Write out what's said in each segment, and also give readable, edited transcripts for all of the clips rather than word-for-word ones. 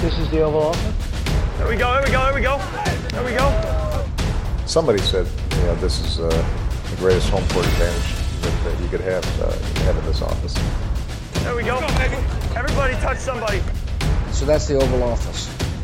This is the Oval Office. There we go, there we go, there we go. There we go. Somebody said, this is the greatest home court advantage that you could have in this office. There we go. Everybody touch somebody. So that's the Oval Office.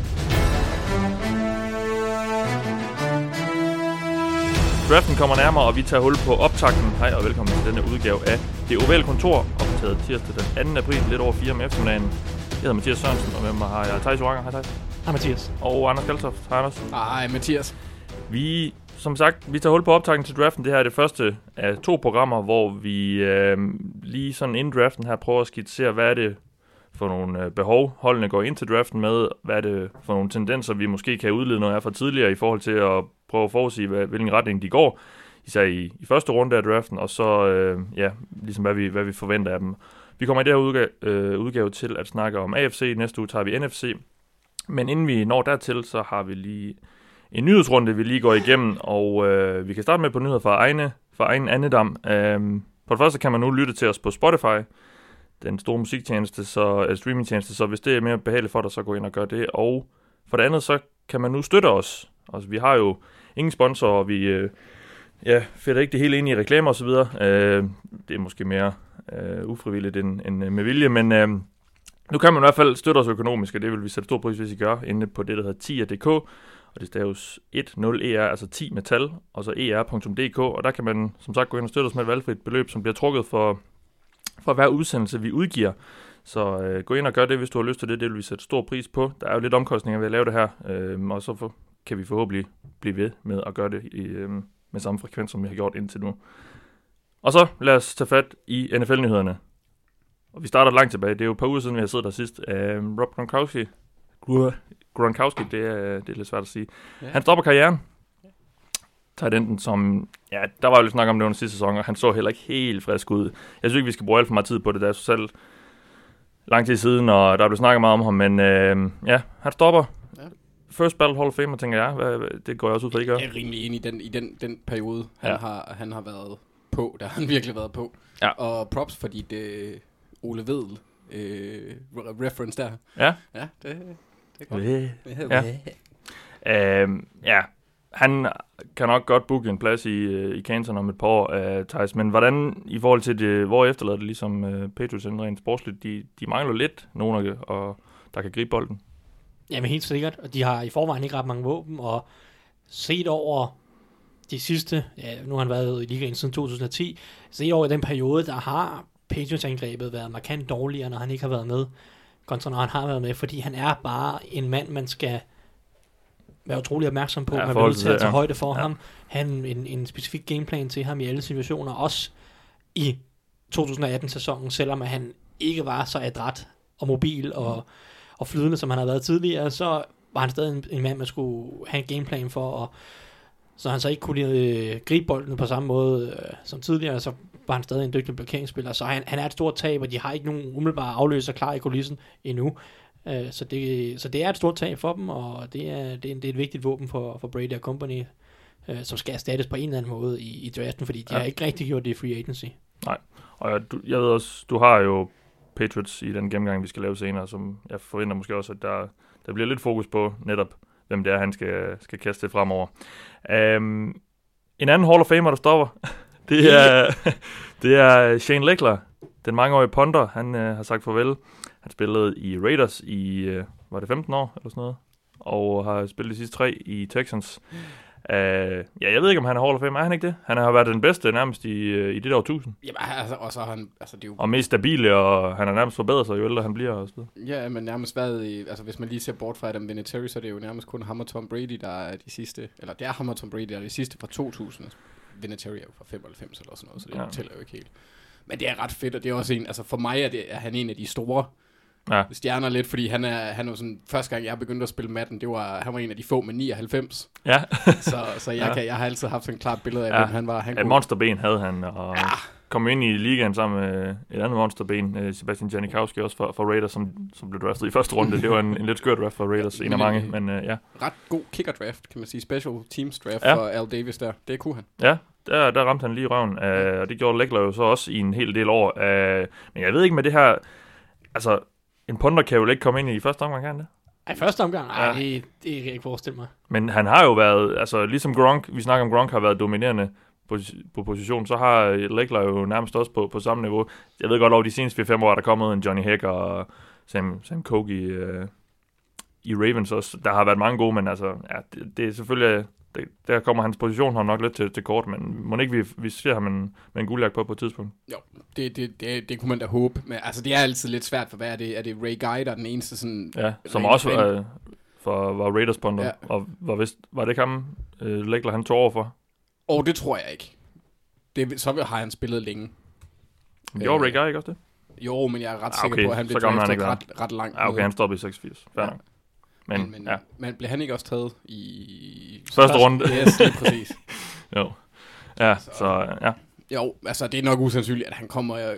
Draften kommer nærmere, og vi tager hul på optakten. Hej og velkommen til denne udgave af Det Ovale Kontor, optaget tirsdag den 2. april, lidt over 4 om eftermiddagen. Jeg hedder Mathias Sørensen, og med mig har jeg Thijs Oranger. Hej Thijs. Hej Mathias. Og Anders Kaltoft. Hej Anders. Hej Mathias. Vi tager hul på optakten til draften. Det her er det første af 2 programmer, hvor vi lige sådan inden draften her prøver at skitsere, hvad er det for nogle behov, holdene går ind til draften med, hvad er det for nogle tendenser, vi måske kan udlede noget af fra tidligere i forhold til at prøve at forudsige, hvilken retning de går, især i første runde af draften, og så ligesom hvad vi forventer af dem. Vi kommer i det her udgave til at snakke om AFC, næste uge tager vi NFC, men inden vi når dertil, så har vi lige en nyhedsrunde, vi lige går igennem, og vi kan starte med på nyheder fra egen andedam. For det første kan man nu lytte til os på Spotify, den store musiktjeneste, streamingtjeneste, så hvis det er mere behageligt for dig, så gå ind og gør det. Og for det andet, så kan man nu støtte os. Altså, vi har jo ingen sponsorer, og vi fætter ikke det hele ind i reklamer og så videre. Det er måske mere ufrivilligt end med vilje, men nu kan man i hvert fald støtte os økonomisk, og det vil vi sætte stor pris, hvis I gør, inde på det, der hedder tier.dk, og det staves 10er, altså 10 med tal, og så er.dk, og der kan man som sagt gå ind og støtte os med et valgfrit beløb, som bliver trukket for hver udsendelse, vi udgiver. Så gå ind og gør det, hvis du har lyst til det. Det vil vi sætte stor pris på. Der er jo lidt omkostninger ved at lave det her, og så kan vi forhåbentlig blive ved med at gøre det med samme frekvens, som vi har gjort indtil nu. Og så lad os tage fat i NFL-nyhederne. Og vi starter langt tilbage. Det er jo et par uger siden, vi har siddet der sidst. Rob Gronkowski, det er lidt svært at sige. Ja. Han stopper karrieren. Tight enden, som, der var jo lidt snak om det under sidste sæson, og han så heller ikke helt frisk ud. Jeg synes ikke, vi skal bruge alt for meget tid på det, der er så selv lang tid siden, og der er blevet snakket meget om ham, men han stopper. Ja. First Battle Hall of Fame, tænker jeg. Det går jeg også ud fra, at I gør. Jeg er rimelig enig i den periode, han har været på. Der har han virkelig været på. Ja. Og props for dit Ole Vedel reference der. Ja. Ja, det er godt. Han kan nok godt booke en plads i Canton om et par år, Thijs. Men hvordan, i forhold til det, hvor efterlader det ligesom Patriots rent sportsligt, de mangler lidt nogen, der kan gribe bolden? Jamen helt sikkert, og de har i forvejen ikke ret mange våben, og set over de sidste, nu har han været i ligaen siden 2010, set over den periode, der har Patriots-angrebet været markant dårligere, når han ikke har været med, kontra når han har været med, fordi han er bare en mand, man skal være utrolig opmærksom på, man er nødt til at tage højde for ham. Han en specifik gameplan til ham i alle situationer, også i 2018-sæsonen, selvom han ikke var så adræt og mobil og flydende, som han har været tidligere, så var han stadig en mand, man skulle have en gameplan for, og så han så ikke kunne gribe bolden på samme måde som tidligere, så var han stadig en dygtig blokeringsspiller, så han er et stort tab, og de har ikke nogen umiddelbare afløser klar i kulissen endnu. Så det er et stort tab for dem, og det er et vigtigt våben for Brady og company, som skal erstattes på en eller anden måde i draften, fordi de har ikke rigtig gjort det i free agency. Nej, og jeg ved også, du har jo Patriots i den gennemgang, vi skal lave senere, som jeg forventer måske også, at der bliver lidt fokus på netop, hvem det er, han skal kaste det fremover. En anden Hall of Famer, der stopper, det er Shane Lechler, den mangeårige punter. Han har sagt farvel. Han spillede i Raiders i, var det 15 år eller sådan noget, og har spillet de sidste 3 i Texans. Jeg ved ikke, om han er Hall of Fame. Er han ikke det? Han har været den bedste nærmest i det der årtusind. Jamen, og så han, det er jo... Og mest stabile, og han har nærmest forbedret sig, jo ældre han bliver. Og så. Ja, men nærmest været hvis man lige ser bort fra Adam Vinatieri, så er det jo nærmest kun ham og Tom Brady, der er de sidste, eller det er ham og Tom Brady, der er de sidste fra 2000. Vinatieri er jo fra 95 eller sådan noget, så det tæller jo ikke helt. Men det er ret fedt, og det er også for mig er han en af de store stjerner lidt, fordi han er sådan, første gang jeg begyndte at spille Madden, han var en af de få med 99. Ja. så jeg har altid haft sådan et klart billede af, hvem han var. Et monsterben havde han, og kom ind i ligaen sammen med et andet monsterben, Sebastian Janikowski også for Raiders, som blev draftet i første runde. Det var en lidt skør draft for Raiders, en af mange, men ret god kicker draft, kan man sige, special teams draft for Al Davis der. Det kunne han. Ja. Der ramte han lige røven, og det gjorde Lechler jo så også i en hel del år. Men jeg ved ikke med det her, altså en punter kan jo ikke komme ind i første omgang, kan det? I første omgang? Nej, det kan jeg ikke forestille mig. Men han har jo været, altså ligesom Gronk, vi snakker om Gronk har været dominerende på position, så har Legler jo nærmest også på samme niveau. Jeg ved godt, over de seneste 4-5 år, der er kommet en Johnny Hekker og Sam Kogi i Ravens også. Der har været mange gode, men altså, ja, det er selvfølgelig, der kommer hans position har nok lidt til kort, men må ikke vi ser ham med en guldjagt på et tidspunkt? Jo, det kunne man da håbe. Men altså, det er altid lidt svært, for hvad er det? Er det Ray Guy, der er den eneste sådan... Ja, som også var Raiders punter, ja. Og var det ikke ham, Legler han tog over for? Det tror jeg ikke. Så har han spillet længe. Jo, Ray Guy, ikke også det? Jo, men jeg er ret sikker på, at han blev draftet ret langt. Okay, han stoppede i 86. Fair nok. Men blev han ikke også taget i... Første runde? Yes, lige præcis. Jo. Ja, så ja. Jo, altså det er nok usandsynligt, at han kommer...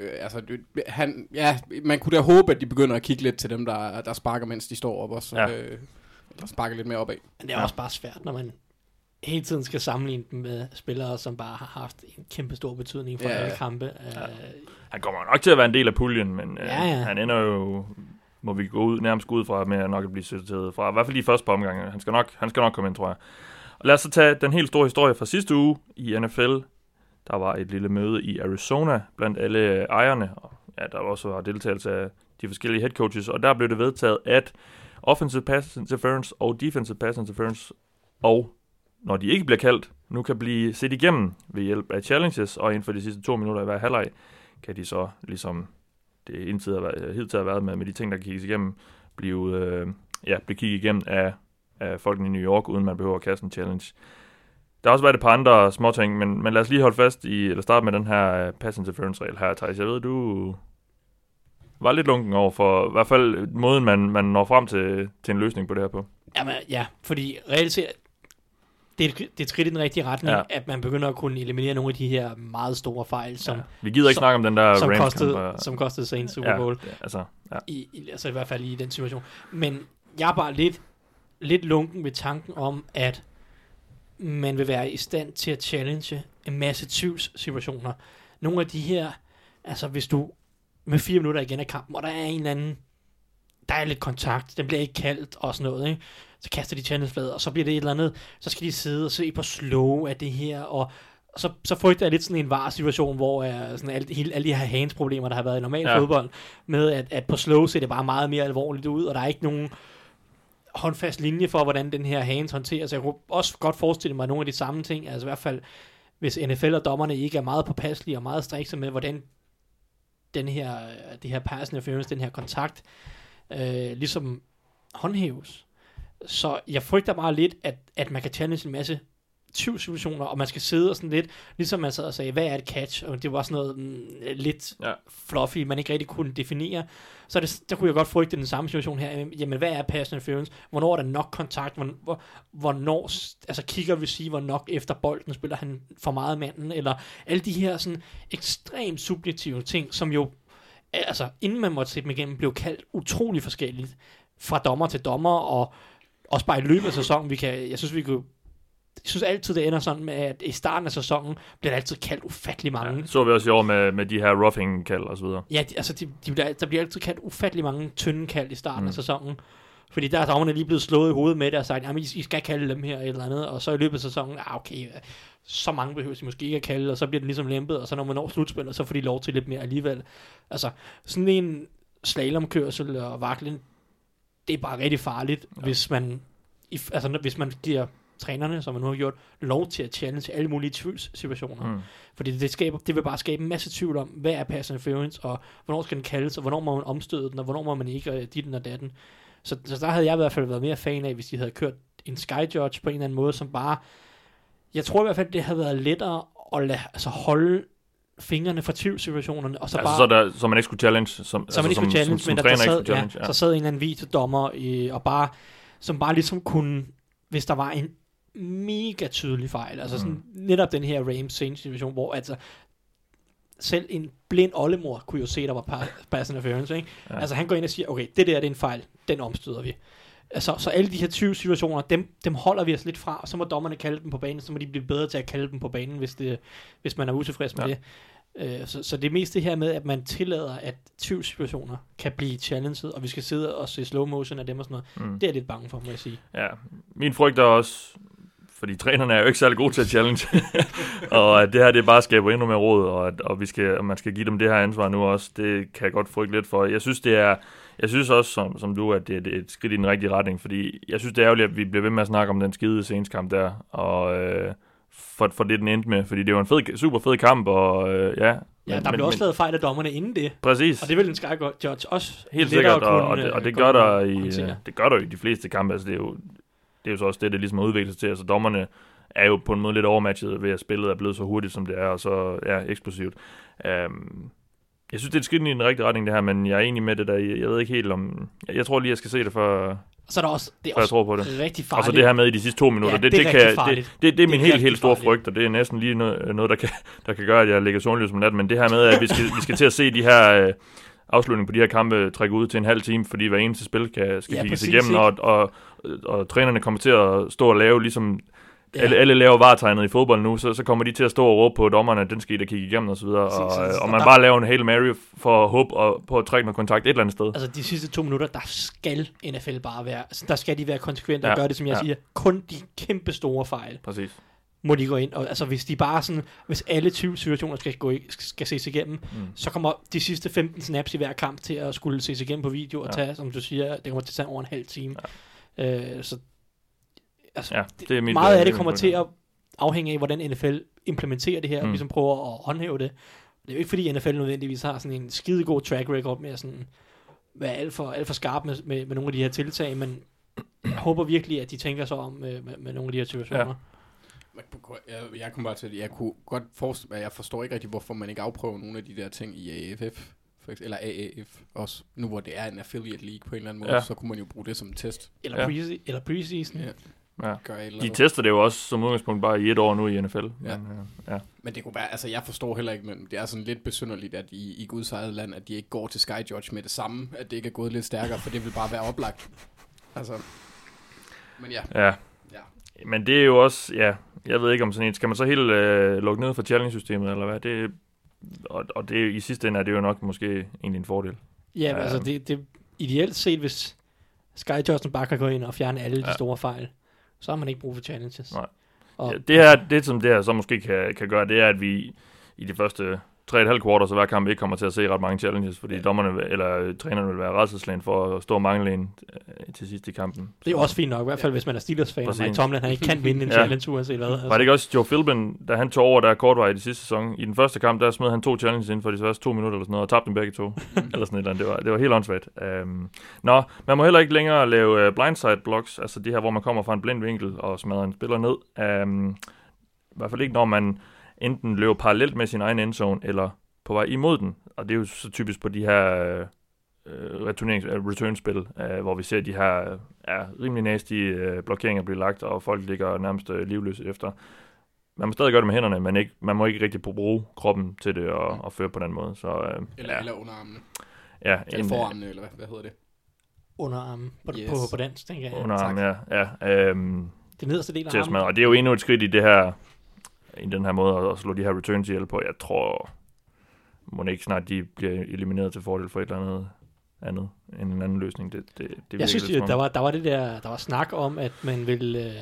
man kunne da håbe, at de begynder at kigge lidt til dem, der sparker, mens de står op også. Ja. Eller sparker lidt mere opad. Men det er også bare svært, når man hele tiden skal sammenligne dem med spillere, som bare har haft en kæmpe stor betydning for alle kampe. Ja. Han kommer nok til at være en del af puljen, men han ender jo... må vi nærmest gå ud fra, med at nok blive sorteret fra. I hvert fald lige først på omgangen. Han skal nok komme ind, tror jeg. Og lad os så tage den helt store historie fra sidste uge i NFL. Der var et lille møde i Arizona blandt alle ejerne. Og der også var deltagelse af de forskellige head coaches. Og der blev det vedtaget, at offensive pass interference og defensive pass interference, og når de ikke bliver kaldt, nu kan blive set igennem ved hjælp af challenges, og inden for de sidste 2 minutter i hver halvleg, kan de så ligesom... det hidtil har været med de ting, der kan kigges igennem, blive kigget igennem af folkene i New York, uden man behøver at kaste en challenge. Der har også været et par andre småting, men lad os lige holde fast eller starte med den her pass interference-regel her, Thijs. Jeg ved, du var lidt lunken over for, i hvert fald måden, man når frem til en løsning på det her på. Jamen, ja, fordi reelt set, det er et skridt i den rigtige retning, at man begynder at kunne eliminere nogle af de her meget store fejl, som... Ja. Vi gider ikke snakke om den der Rams-kamp. Som kostede sig en Super Bowl. Altså i hvert fald i den situation. Men jeg er bare lidt lunken ved tanken om, at man vil være i stand til at challenge en masse tvivlssituationer. Nogle af de her, altså hvis du med 4 minutter igen af kampen, og der er en eller anden, der er lidt kontakt, den bliver ikke kaldt og sådan noget, ikke? Så kaster de challengeflader, og så bliver det et eller andet, så skal de sidde og se på slow af det her, og så frygter jeg lidt sådan en var-situation, hvor sådan alle de her hands-problemer, der har været i normal fodbold, med at på slow ser det bare meget mere alvorligt ud, og der er ikke nogen håndfast linje for, hvordan den her hands håndteres. Så jeg kunne også godt forestille mig nogle af de samme ting, altså i hvert fald, hvis NFL og dommerne ikke er meget påpasselige og meget strikse med, hvordan det her pass interference, den her kontakt, ligesom håndhæves. Så jeg frygter bare lidt, at man kan challenge en masse tvivlssituationer, og man skal sidde og sådan lidt, ligesom man sad og sagde, hvad er et catch? Og det var sådan noget lidt fluffy, man ikke rigtig kunne definere. Så der kunne jeg godt frygte den samme situation her. Jamen, hvad er pass interference? Hvornår er der nok kontakt? Hvornår altså kigger receiver nok efter bolden? Spiller han for meget manden? Eller alle de her sådan ekstremt subjektive ting, som jo, altså inden man måtte se dem igennem, blev kaldt utrolig forskelligt fra dommer til dommer, og også bare i løbet af sæsonen. Jeg synes altid, det ender sådan med, at i starten af sæsonen bliver der altid kaldt ufattelig mange. Ja, så vi også i år med de her roughing-kald og så videre. Ja, der bliver altid kaldt ufattelig mange tynde kald i starten af sæsonen. Fordi der er dommerne lige blevet slået i hovedet med det og sagt, jamen I skal kalde dem her eller andet. Og så i løbet af sæsonen, okay, så mange behøver de måske ikke at kalde, og så bliver det ligesom lempet, og så når man når slutspillet, så får de lov til lidt mere alligevel. Altså, sådan en slalomkørsel og vaklen, det er bare rigtig farligt, hvis man giver trænerne, som man nu har gjort, lov til at challenge alle mulige tvivlssituationer. Fordi det vil bare skabe en masse tvivl om, hvad er pass interference, og hvornår skal den kaldes, og hvornår må man omstøde den, og hvornår må man ikke, og dit og datten. Så der havde jeg i hvert fald været mere fan af, hvis de havde kørt en sky judge på en eller anden måde, som bare, jeg tror i hvert fald, det havde været lettere at holde fingrene fra tvivlssituationerne, og så altså bare... Så man ikke skulle challenge, som træner ikke skulle challenge. Så sad en eller anden videodommer, og bare, som bare ligesom kunne, hvis der var en mega tydelig fejl, altså sådan netop den her Rams-Saints-situation, hvor altså selv en blind oldemor kunne jo se, der var pass interference, ikke? Ja. Altså han går ind og siger, okay, det der er en fejl, den omstøder vi. Altså, så alle de her 20 situationer, dem holder vi os lidt fra, og så må dommerne kalde dem på banen, så må de blive bedre til at kalde dem på banen, hvis man er utilfreds med det. Så det er mest det her med, at man tillader, at tvivlssituationer kan blive challenged, og vi skal sidde og se slow motion af dem og sådan noget. Det er jeg lidt bange for, må jeg sige. Ja, min frygt er også, fordi trænerne er jo ikke særlig gode til at challenge, og at det her det bare skaber endnu mere råd, og man skal give dem det her ansvar nu også, det kan jeg godt frygte lidt for. Jeg synes også, som du, at det er et skridt i den rigtige retning, fordi jeg synes, det er ærgerligt, at vi bliver ved med at snakke om den skide sceneskamp der, og for det, den endte med, fordi det var en super fed kamp, og ja, der blev også lavet fejl af dommerne inden det. Præcis. Og det vil en Sky Judge også helt sikkert, og det gør der i de fleste kampe, altså det er jo så også det ligesom er udviklet til, altså dommerne er jo på en måde lidt overmatchet ved, at spillet er blevet så hurtigt, som det er, og så eksplosivt. Jeg synes, det er et skridt i den rigtige retning, det her, men jeg er enig med det der. Jeg ved ikke helt om... Jeg tror lige, jeg skal se det, før så er der også, det er jeg tror på det. Rigtig farligt. Og så det her med i de sidste 2 minutter. Ja, det er min helt store frygt, og det er næsten lige noget der kan gøre, at jeg ligger søvnløs om natten. Men det her med, at vi skal til at se de her afslutninger på de her kampe trække ud til en halv time, fordi hver eneste spil skal kigges igennem, og trænerne kommer til at stå og lave ligesom... Ja. Alle laver varetegnet i fodbold nu, så kommer de til at stå og råbe på dommerne, den skal I da kigge igennem og så videre, og man bare laver en Hail Mary for at håbe og på at trække noget kontakt et eller andet sted. Altså de sidste 2 minutter, der skal NFL bare være, altså, der skal de være konsekvente og gøre det, som jeg siger, kun de kæmpe store fejl. Præcis. Må de gå ind, og altså hvis de bare sådan, hvis alle 20 situationer skal ses igennem, så kommer de sidste 15 snaps i hver kamp til at skulle ses igennem på video og tage, som du siger, det kommer til at tage over en halv time. Så altså, det er meget af det kommer til at afhænge af, hvordan NFL implementerer det her, og ligesom prøver at håndhæve det. Det er jo ikke fordi NFL nødvendigvis har sådan en skidegod track record med at sådan være alt for skarp med nogle af de her tiltag, men jeg håber virkelig, at de tænker sig om med nogle af de her situationer. Ja. Jeg kom bare til, jeg kunne godt forestille mig, jeg forstår ikke rigtig, hvorfor man ikke afprøver nogle af de der ting i AFF, eller AAF også, nu hvor det er en affiliate league på en eller anden måde, så kunne man jo bruge det som en test. Eller preseason. Ja. Ja. De tester det jo også som udgangspunkt bare i 1 år nu i NFL. Ja. Men det kunne være, altså jeg forstår heller ikke, men det er sådan lidt besynderligt, at i Guds eget land, at de ikke går til Sky Judge med det samme, at det ikke er gået lidt stærkere, for det vil bare være oplagt. Altså, men ja. Men det er jo også, jeg ved ikke om sådan en, skal man så helt lukke ned for challenge-systemet, eller hvad? Det, og det i sidste ende er det jo nok måske egentlig en fordel. Ja, altså det ideelt set, hvis Sky Judge bare kan gå ind og fjerne alle de store fejl, så har man ikke brug for challenges. Nej. Og det som det her så måske kan gøre, det er, at vi i de første 3,5 kvarter, så hver kamp ikke kommer til at se ret mange challenges, fordi dommerne eller trænerne vil være rædselsslagen for at stå og mangle en til sidst i kampen. Det er jo også fint nok, i hvert fald hvis man er Steelers-fan, og Mike Tomlin, han ikke kan vinde en challenge uanset hvad. Altså. Var det ikke også Joe Philbin, da han tog over der kortvarigt i sidste sæson? I den første kamp, der smed han 2 challenges inden for de første 2 minutter eller sådan noget, og tabte dem begge 2. eller sådan et eller andet. Det var helt åndssvagt. Man må heller ikke længere lave blindside blocks, altså det her, hvor man kommer fra en blind vinkel og smadrer en spiller ned. I hvert fald ikke, når man enten løber parallelt med sin egen endzone, eller på vej imod den, og det er jo så typisk på de her returnspil, hvor vi ser de her rimelig nasty blokeringer blive lagt, og folk ligger nærmest livløse efter. Man må stadig gøre det med hænderne, men man må ikke rigtig bruge kroppen til det og føre på den måde. Så, eller underarmene. Ja, eller forarmene, eller hvad hedder det? Underarmen på dansk, tænker jeg. Underarmen, ja. Det nederste del af armen. Og det er jo endnu et skridt i det her, i den her måde at slå de her returns ihjel på. Jeg tror, må ikke snart de bliver elimineret til fordel for et eller andet end en anden løsning. Jeg synes, der var det der var snak om, at man vil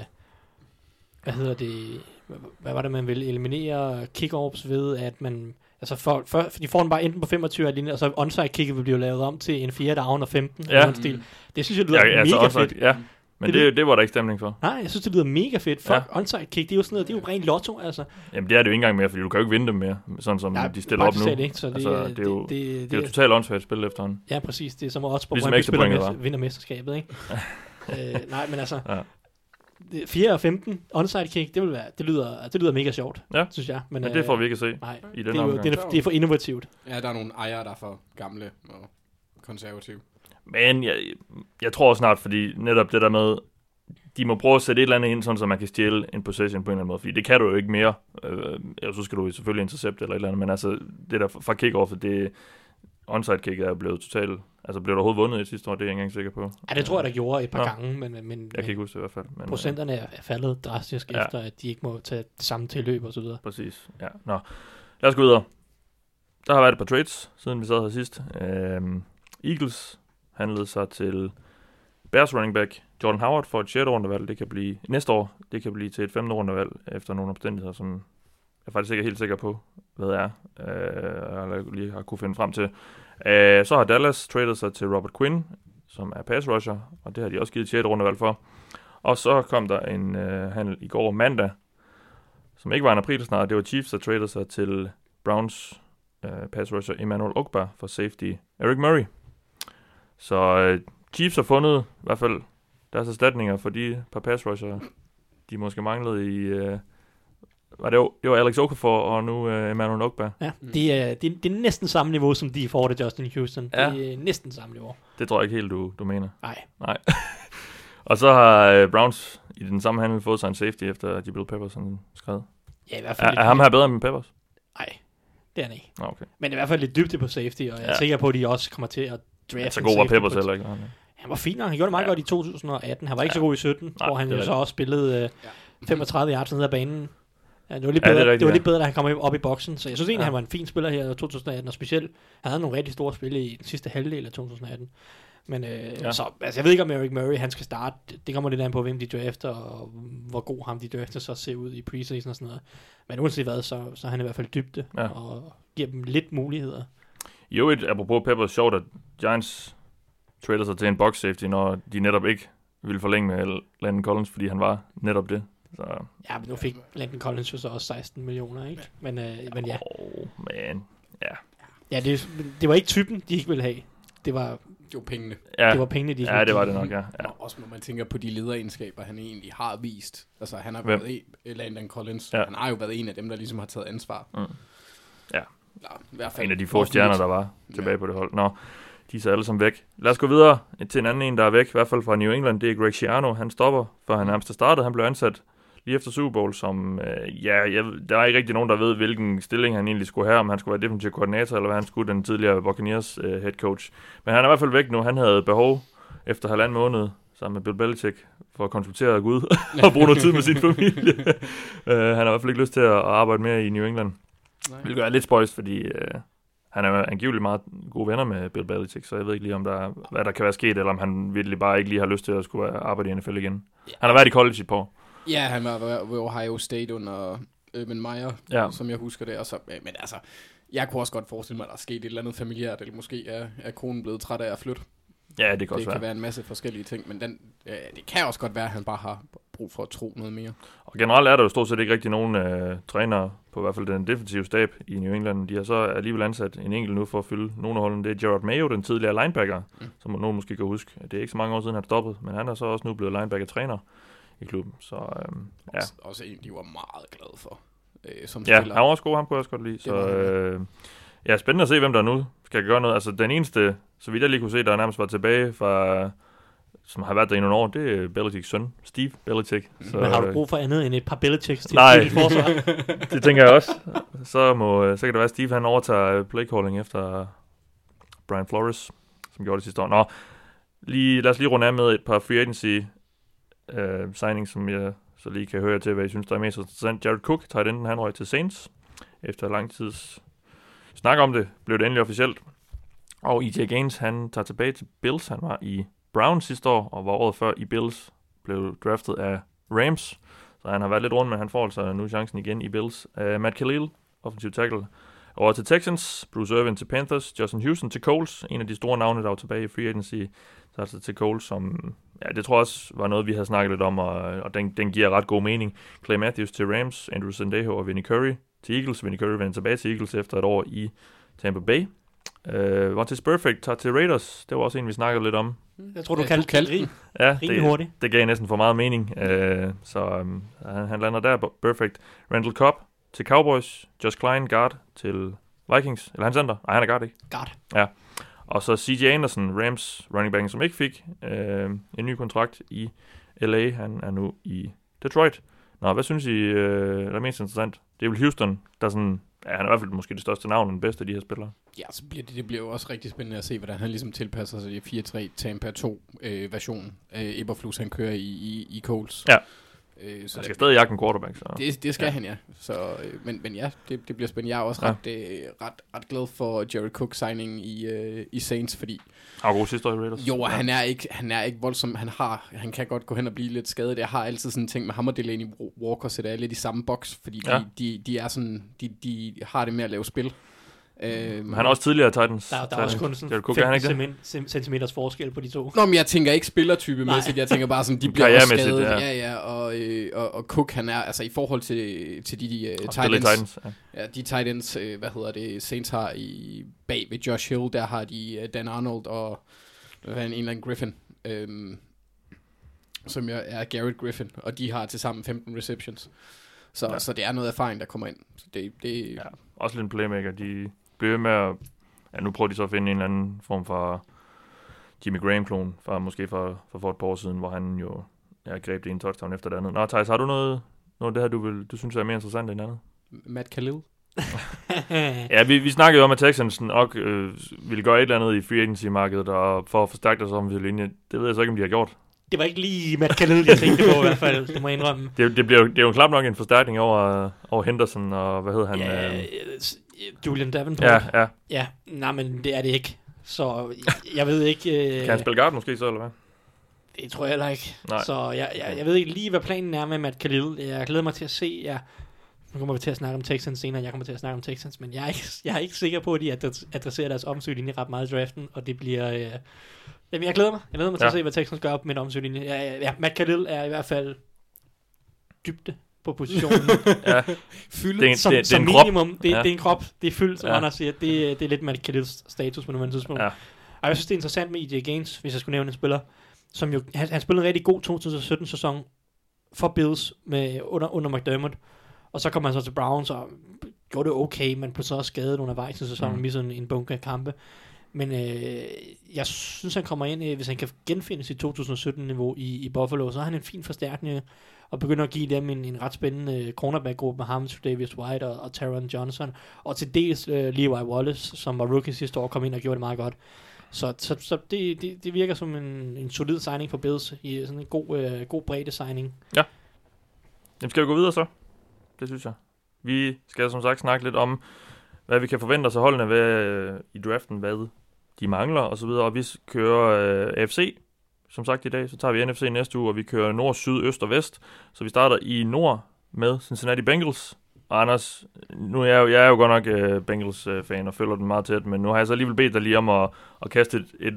hvad var det, man ville eliminere kick-offs ved, at man altså de får den bare enten på 25 linje, og så onside kicket vil blive lavet om til en 4 down og 15 stil. Det synes jeg lyder mega fedt. Ja. Men det var der ikke stemning for. Nej, jeg synes, det lyder mega fedt. Onside kick, det er jo sådan noget, det er jo rent lotto, altså. Jamen, det er det jo ikke engang mere, fordi du kan jo ikke vinde dem mere, sådan som de stiller op nu. Ikke, så det er jo totalt åndssvagt spil efterhånden. Ja, præcis. Det er som også på Brøndby vinder mesterskabet, ikke? Nej, men altså, 4 og 15 onside kick, det lyder mega sjovt, synes jeg. Men det får vi ikke at se i den omgang. Det er for innovativt. Ja, der er nogle ejere, der er for gamle og konservative. Men jeg tror snart, fordi netop det der med, de må prøve at sætte et eller andet ind, sådan så man kan stjæle en possession på en eller anden måde, fordi det kan du jo ikke mere. Så skal du selvfølgelig intercepte eller et eller andet, men altså det der fra kick-offet, det onside kick er blevet totalt, altså blev der overhovedet vundet i sidste år, det er jeg ikke engang sikker på. Ja, det tror jeg, der gjorde et par gange, men jeg kan ikke huske det i hvert fald. Men, procenterne er faldet drastisk efter, at de ikke må tage det samme tilløb og så videre. Præcis, ja. Nå, lad os gå videre. Der har været et par trades, siden vi sad her sidst. Eagles handlede sig til Bears running back Jordan Howard for et 6. rundevalg. Det kan blive næste år. Det kan blive til et 5. rundevalg efter nogle omstændigheder, som jeg faktisk ikke er helt sikker på, hvad det er. Eller lige har kunne finde frem til. Så har Dallas tradet sig til Robert Quinn, som er pass rusher, og det har de også givet et 6. rundevalg for. Og så kom der en handel i går mandag, som ikke var en aprilsnar. Det var Chiefs, der tradede sig til Browns pass rusher Emmanuel Ogbah for safety Eric Murray. Så Chiefs har fundet i hvert fald deres erstatninger for de par pass rusher, de måske manglede i... det var Alex Okafor og nu Emmanuel Ogbah. Ja, det er næsten samme niveau, som de får det Justin Houston. Ja. Det er næsten samme niveau. Det tror jeg ikke helt, du mener. Nej. Og så har Browns i den samme handel fået sig en safety efter Jabril Peppers skrevet. Ja, i hvert fald er ham her bedre end Peppers? Nej, det er han ikke. Okay. Men i hvert fald lidt dybde på safety, og jeg er sikker på, at de også kommer til at drafte så god var Peppers heller ikke. Han var fin, og han gjorde det meget godt i 2018. Han var ikke så god i 17, hvor han jo så også spillede 35 yards ned ad banen. Ja, det var lidt bedre, da han kom op i boksen. Så jeg synes egentlig, han var en fin spiller her i 2018, og specielt, han havde nogle rigtig store spil i den sidste halvdel af 2018. Men så, altså, jeg ved ikke, om Eric Murray, han skal starte. Det kommer lidt an på, hvem de drafter, og hvor god ham de drafter så ser ud i preseason og sådan noget. Men uanset hvad, så er han i hvert fald dybde, og giver dem lidt muligheder. Jo, apropos Peppers, sjovt, at Giants trader sig til en box safety, når de netop ikke ville forlænge med Landon Collins, fordi han var netop det. Så. Ja, men nu fik Landon Collins jo så også 16 millioner, ikke? Men ja. Ja, det var ikke typen, de ikke ville have. Det var pengene. Ja. Det var pengene, de ikke ville. Ja, det var det nok, ja. Også når man tænker på de lederegenskaber, han egentlig har vist. Altså, han har været Landon Collins. Ja. Han har jo været en af dem, der ligesom har taget ansvar. Ja. I hvert fald en af de få stjerner, der var tilbage på det hold. Nå, de er så alle sammen væk. Lad os gå videre til en anden der er væk, i hvert fald fra New England. Det er Greg Schiano. Han stopper, for han nærmest startede. Han blev ansat lige efter Super Bowl, som, der er ikke rigtig nogen, der ved, hvilken stilling han egentlig skulle have, om han skulle være defensive koordinator, eller hvad han skulle, den tidligere Buccaneers head coach. Men han er i hvert fald væk nu. Han havde behov efter 1,5 måned, sammen med Bill Belichick, for at konsultere Gud og bruge noget tid med sin familie. Han har i hvert fald ikke lyst til at arbejde mere i New England. Hvilket er lidt spøjst, fordi han er angiveligt meget gode venner med Bill Belichick, så jeg ved ikke lige, om hvad der kan være sket, eller om han virkelig bare ikke lige har lyst til at skulle arbejde i NFL igen. Han har været i college i et par år. Ja, han var ved Ohio State under Urban Meyer, som jeg husker det. Og så, men altså, jeg kunne også godt forestille mig, at der er sket et eller andet familiært, eller måske er konen blevet træt af at flytte. Ja, det kan også være en masse forskellige ting, men det kan også godt være, at han bare har brug for at tro noget mere. Og generelt er der jo stort set ikke rigtig nogen trænere, på i hvert fald den defensive stab i New England. De har så alligevel ansat en enkelt nu for at fylde nogle af holdene. Det er Gerard Mayo, den tidligere linebacker, som nogen måske kan huske. Det er ikke så mange år siden, han stoppede, men han er så også nu blevet linebacker-træner i klubben. Så, også en, de var meget glade for som spiller. Ja, han var også god, ham kunne jeg også godt lide. Så spændende at se, hvem der nu skal gøre noget. Altså den eneste, så vidt jeg lige kunne se, der nærmest var tilbage fra, som har været der i nogle år, det er Belichicks søn, Steve Belichick. Så, men har du brug for andet end et par Belichicks til dit forsvar? Det tænker jeg også. Så kan det være, at Steve han overtager playcalling efter Brian Flores, som gjorde det sidste år. Nå, lad os lige runde af med et par free agency signings, som jeg så lige kan høre til, hvad I synes, der er mest interessant. Jared Cook, tight enden, han røg til Saints. Efter lang tids snak om det, blev det endelig officielt. Og E.J. Gaines, han tager tilbage til Bills. Han var i Browns sidste år, og var året før i Bills, blev draftet af Rams. Så han har været lidt rundt, men han får altså nu chancen igen i Bills. Matt Khalil, offensive tackle, over til Texans. Bruce Irvin til Panthers. Justin Houston til Colts. En af de store navne, der var tilbage i free agency. Så altså til Colts, som det tror jeg også var noget, vi havde snakket lidt om, og den giver ret god mening. Clay Matthews til Rams. Andrew Sendejo og Vinnie Curry til Eagles. Vinnie Curry vender tilbage til Eagles efter et år i Tampa Bay. Vontaze Burfict tager til Raiders. Det var også en, vi snakkede lidt om. Jeg tror, du kaldte den. Ja, det gav næsten for meget mening. Han lander der. Burfict. Randall Cobb til Cowboys. Josh Klein, guard til Vikings. Eller han center? Nej, han er guard, ikke? Guard. Ja. Og så C.J. Anderson, Rams running back, som ikke fik en ny kontrakt i LA. Han er nu i Detroit. Nå, hvad synes I er mest interessant? Det er vel Houston, der sådan... Ja, han er i hvert fald måske det største navn, den bedste af de her spillere. Ja, så det bliver jo også rigtig spændende at se, hvordan han ligesom tilpasser sig i 4-3 Tampa 2 version. Eberflus, han kører i Colts. Ja. Han skal stadig jagte en quarterback. Så. Det skal han, ja. Så, men ja, det bliver spændende. Jeg er også ret glad for Jared Cook signing i Saints, fordi... Han var god sidste år i Raiders. Jo, han er ikke voldsom. Han kan godt gå hen og blive lidt skadet. Jeg har altid sådan en ting med ham og Delaney Walker, så det er lidt i samme boks, fordi de er sådan... De har det med at lave spil. Han er også tidligere Titans. Der er også kun sådan 5 centimeters forskel på de to. Nå, men jeg tænker ikke spillertypemæssigt. Jeg tænker bare sådan, de bliver også skadet. Ja, og Cook, han er, altså i forhold til de Titans, de Titans, Saints har bag ved Josh Hill, der har de Dan Arnold og en eller anden Griffin, som er Garrett Griffin, og de har tilsammen 15 receptions. Så det er noget erfaring, der kommer ind. Så det også lidt en playmaker. De bliver med at... Ja, nu prøver de så at finde en eller anden form for Jimmy Graham-klon, måske for et par år siden, hvor han jo greb det en touchdown efter det andet. Nå, Thijs, har du noget af det her, du synes er mere interessant end andet? Matt Khalil? Ja, vi snakkede om, at Texans nok ville gøre et eller andet i free agency-markedet, og for at forstærke deres offensive linje. Det ved jeg så ikke, om de har gjort. Det var ikke lige Matt Khalil, jeg tænkte på i hvert fald, det må jeg indrømme. Det er jo klart nok en forstærkning over Henderson, og hvad hed han? Ja, Julian Davenport. Ja. Ja, nej, men det er det ikke. Så jeg ved ikke... Kan han spille guard måske så, eller hvad? Det tror jeg heller ikke. Nej. Så jeg ved ikke lige, hvad planen er med Matt Khalil. Jeg glæder mig til at se... Nu kommer vi til at snakke om Texans senere, jeg kommer til at snakke om Texans, men jeg er ikke sikker på, at de adresserer deres omsøglinje ret meget i draften, og det bliver... Jamen, jeg glæder mig til at se, hvad Texans gør op med en omsøglinje. Ja, Matt Khalil er i hvert fald dybde på positionen. Fyldt som minimum. Det er en krop, det er fyldt, som Anders siger. Det er lidt Matt Khalils status på nuværende tidspunkt. Ja. Og jeg synes, det er interessant med E.J. Gaines, hvis jeg skulle nævne en spiller, som jo, han spillede en rigtig god 2017-sæson for Bills under McDermott. Og så kom han så til Browns og gjorde det okay, men blev så også skadet undervejs i sæsonen, og missede en bunke af kampe. Men jeg synes, han kommer ind, hvis han kan genfinde sit 2017-niveau i Buffalo, så har han en fin forstærkning, og begynder at give dem en ret spændende cornerback-gruppe med ham, Davis White og Taron Johnson, og til dels Levi Wallace, som var rookie sidste år, kom ind og gjorde det meget godt. Så det virker som en solid signing for Bills, i sådan en god bredde signing. Ja. Jamen, skal vi gå videre så? Det synes jeg. Vi skal som sagt snakke lidt om, hvad vi kan forvente os af holdene ved i draften, hvad de mangler og så videre. Og vi kører AFC, som sagt i dag, så tager vi NFC næste uge, og vi kører nord, syd, øst og vest. Så vi starter i nord med Cincinnati Bengals. Og Anders, nu er jeg jo godt nok Bengals-fan og følger den meget tæt, men nu har jeg så alligevel bedt dig lige om at kaste et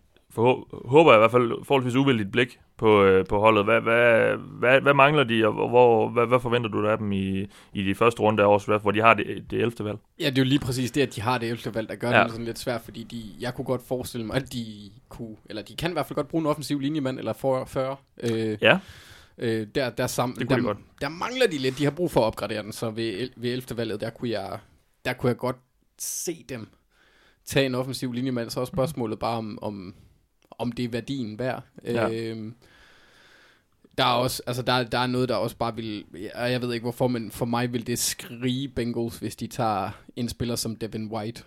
håber jeg i hvert fald forholdsvis uvildigt blik på holdet. Hvad mangler de, og hvad forventer du der af dem i de første runde af års draft, hvor de har det 11. valg? Ja, det er jo lige præcis det, at de har det 11. valg, der gør det sådan lidt svært, fordi jeg kunne godt forestille mig, at de kan i hvert fald godt bruge en offensiv linjemand, eller 40. Der mangler de lidt, de har brug for at opgradere den, så ved 11. valget, der kunne jeg godt se dem tage en offensiv linjemand, så er spørgsmålet bare om det er værdien værd. Der er også, altså der er noget, der også bare vil, jeg ved ikke hvorfor, men for mig vil det skrige Bengals, hvis de tager en spiller som Devin White.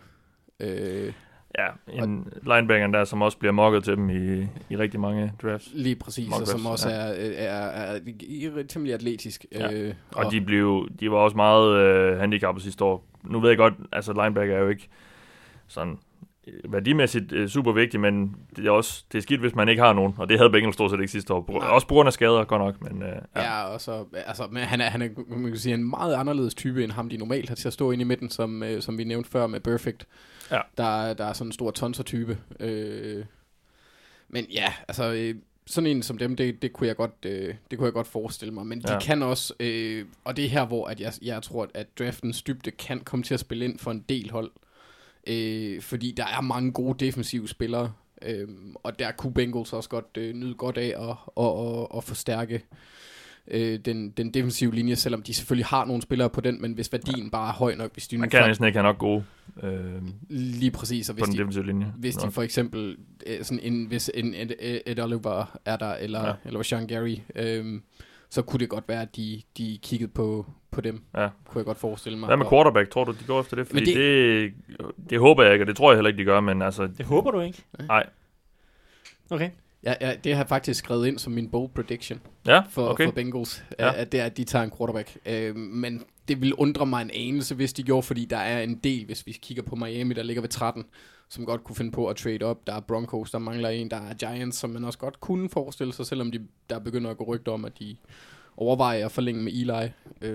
En linebacker der, som også bliver mocket til dem i rigtig mange drafts. Lige præcis, og som også er temmelig atletisk. Og de var også meget handicappet sidste år. Nu ved jeg godt, altså linebacker er jo ikke sådan værdimæssigt super vigtigt, men det er skidt, hvis man ikke har nogen, og det havde Bengals stort set ikke sidste år. Også på grund af skader, godt nok. Men, og så, men han er man kan sige, en meget anderledes type, end ham de normalt har til at stå inde i midten, som vi nævnte før med Perfect. Ja. Der er sådan en stor tonser-type. Men ja, altså sådan en som dem, det kunne jeg godt forestille mig. Men de kan også, og det er her, hvor at jeg tror, at draftens dybde kan komme til at spille ind for en del hold. Fordi der er mange gode defensive spillere, og der kunne Bengals også godt nyde godt af at forstærke den defensive linje, selvom de selvfølgelig har nogle spillere på den, men hvis værdien bare er høj nok, hvis de man kan næsten ikke have nok gode lige præcis, og hvis på den defensive linje. Hvis de for eksempel hvis Ed Oliver er der, eller Sean Gary, så kunne det godt være, at de kiggede på dem. Ja. Kunne jeg godt forestille mig. Hvad med quarterback? Tror du, de går efter det? Fordi det håber jeg ikke, og det tror jeg heller ikke, de gør, men altså... Det håber du ikke? Nej. Okay. Ja, det har jeg faktisk skrevet ind som min bold prediction Ja, for okay. Bengals, Ja. at det er, at de tager en quarterback. Men det vil undre mig en anelse, hvis de gjorde, fordi der er en del, hvis vi kigger på Miami, der ligger ved 13, som godt kunne finde på at trade op. Der er Broncos, der mangler en. Der er Giants, som man også godt kunne forestille sig, selvom der begynder at gå rygter om, at de overvejer at forlænge med Eli.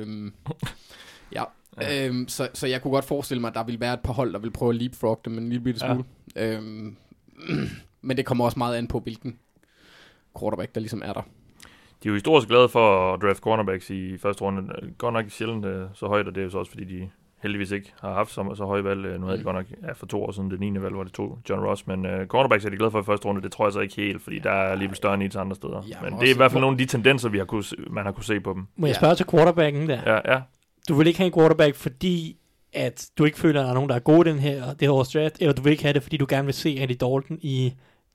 Så jeg kunne godt forestille mig, at der vil være et par hold, der vil prøve at leapfrog dem en lille bitte smule. Men det kommer også meget an på, hvilken quarterback, der ligesom er der. De er jo historisk glade for at draft cornerbacks i første runde. Godt nok sjældent så højt, og det er jo så også, fordi de heldigvis ikke har haft så høje valg. Nu havde de godt nok for 2 år siden, det 9. valg, hvor det tog John Ross. Men cornerbacks er de glade for i første runde, det tror jeg så ikke helt, fordi der er alligevel større needs andre steder. Ja, men det er i hvert fald nogle af de tendenser, man har kunne se på dem. Må jeg spørge til quarterbacken der? Ja. Du vil ikke have en quarterback, fordi at du ikke føler, at der er nogen, der er gode det her års draft, eller du vil ikke have det, fordi du gerne vil se Andy Dalton i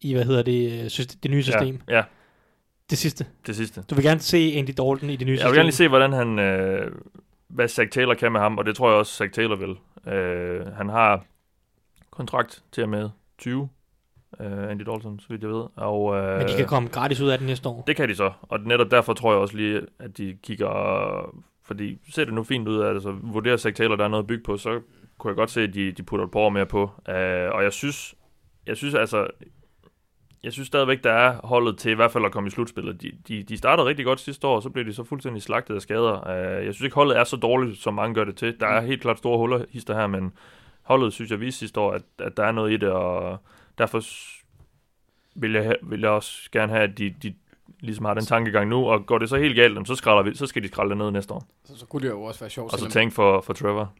det nye system? Ja. Det sidste. Det Du vil gerne se Andy Dalton i det nye system? Jeg vil gerne lige se, hvordan han, hvad Zach Taylor kan med ham, og det tror jeg også, Zach Taylor vil. Han har kontrakt til med 20, Andy Dalton, så vidt jeg ved. Og, men de kan komme gratis ud af den næste år? Det kan de så, og netop derfor tror jeg også lige, at de kigger, fordi ser det nu fint ud af det, så vurderer Zach Taylor, der er noget at bygge på, så kunne jeg godt se, at de putter et par år mere på. Og jeg synes altså, jeg synes stadigvæk, der er holdet til i hvert fald at komme i slutspillet. De startede rigtig godt sidste år, og så blev de så fuldstændig slagtet af skader. Jeg synes ikke, holdet er så dårligt, som mange gør det til. Der er helt klart store huller hister her, men holdet synes jeg viste sidste år, at der er noget i det, og derfor vil jeg også gerne have, at de ligesom har den tankegang nu, og går det så helt galt, så skal de skralde det ned næste år. Så kunne det jo også være sjovt. Og så tænk for Trevor.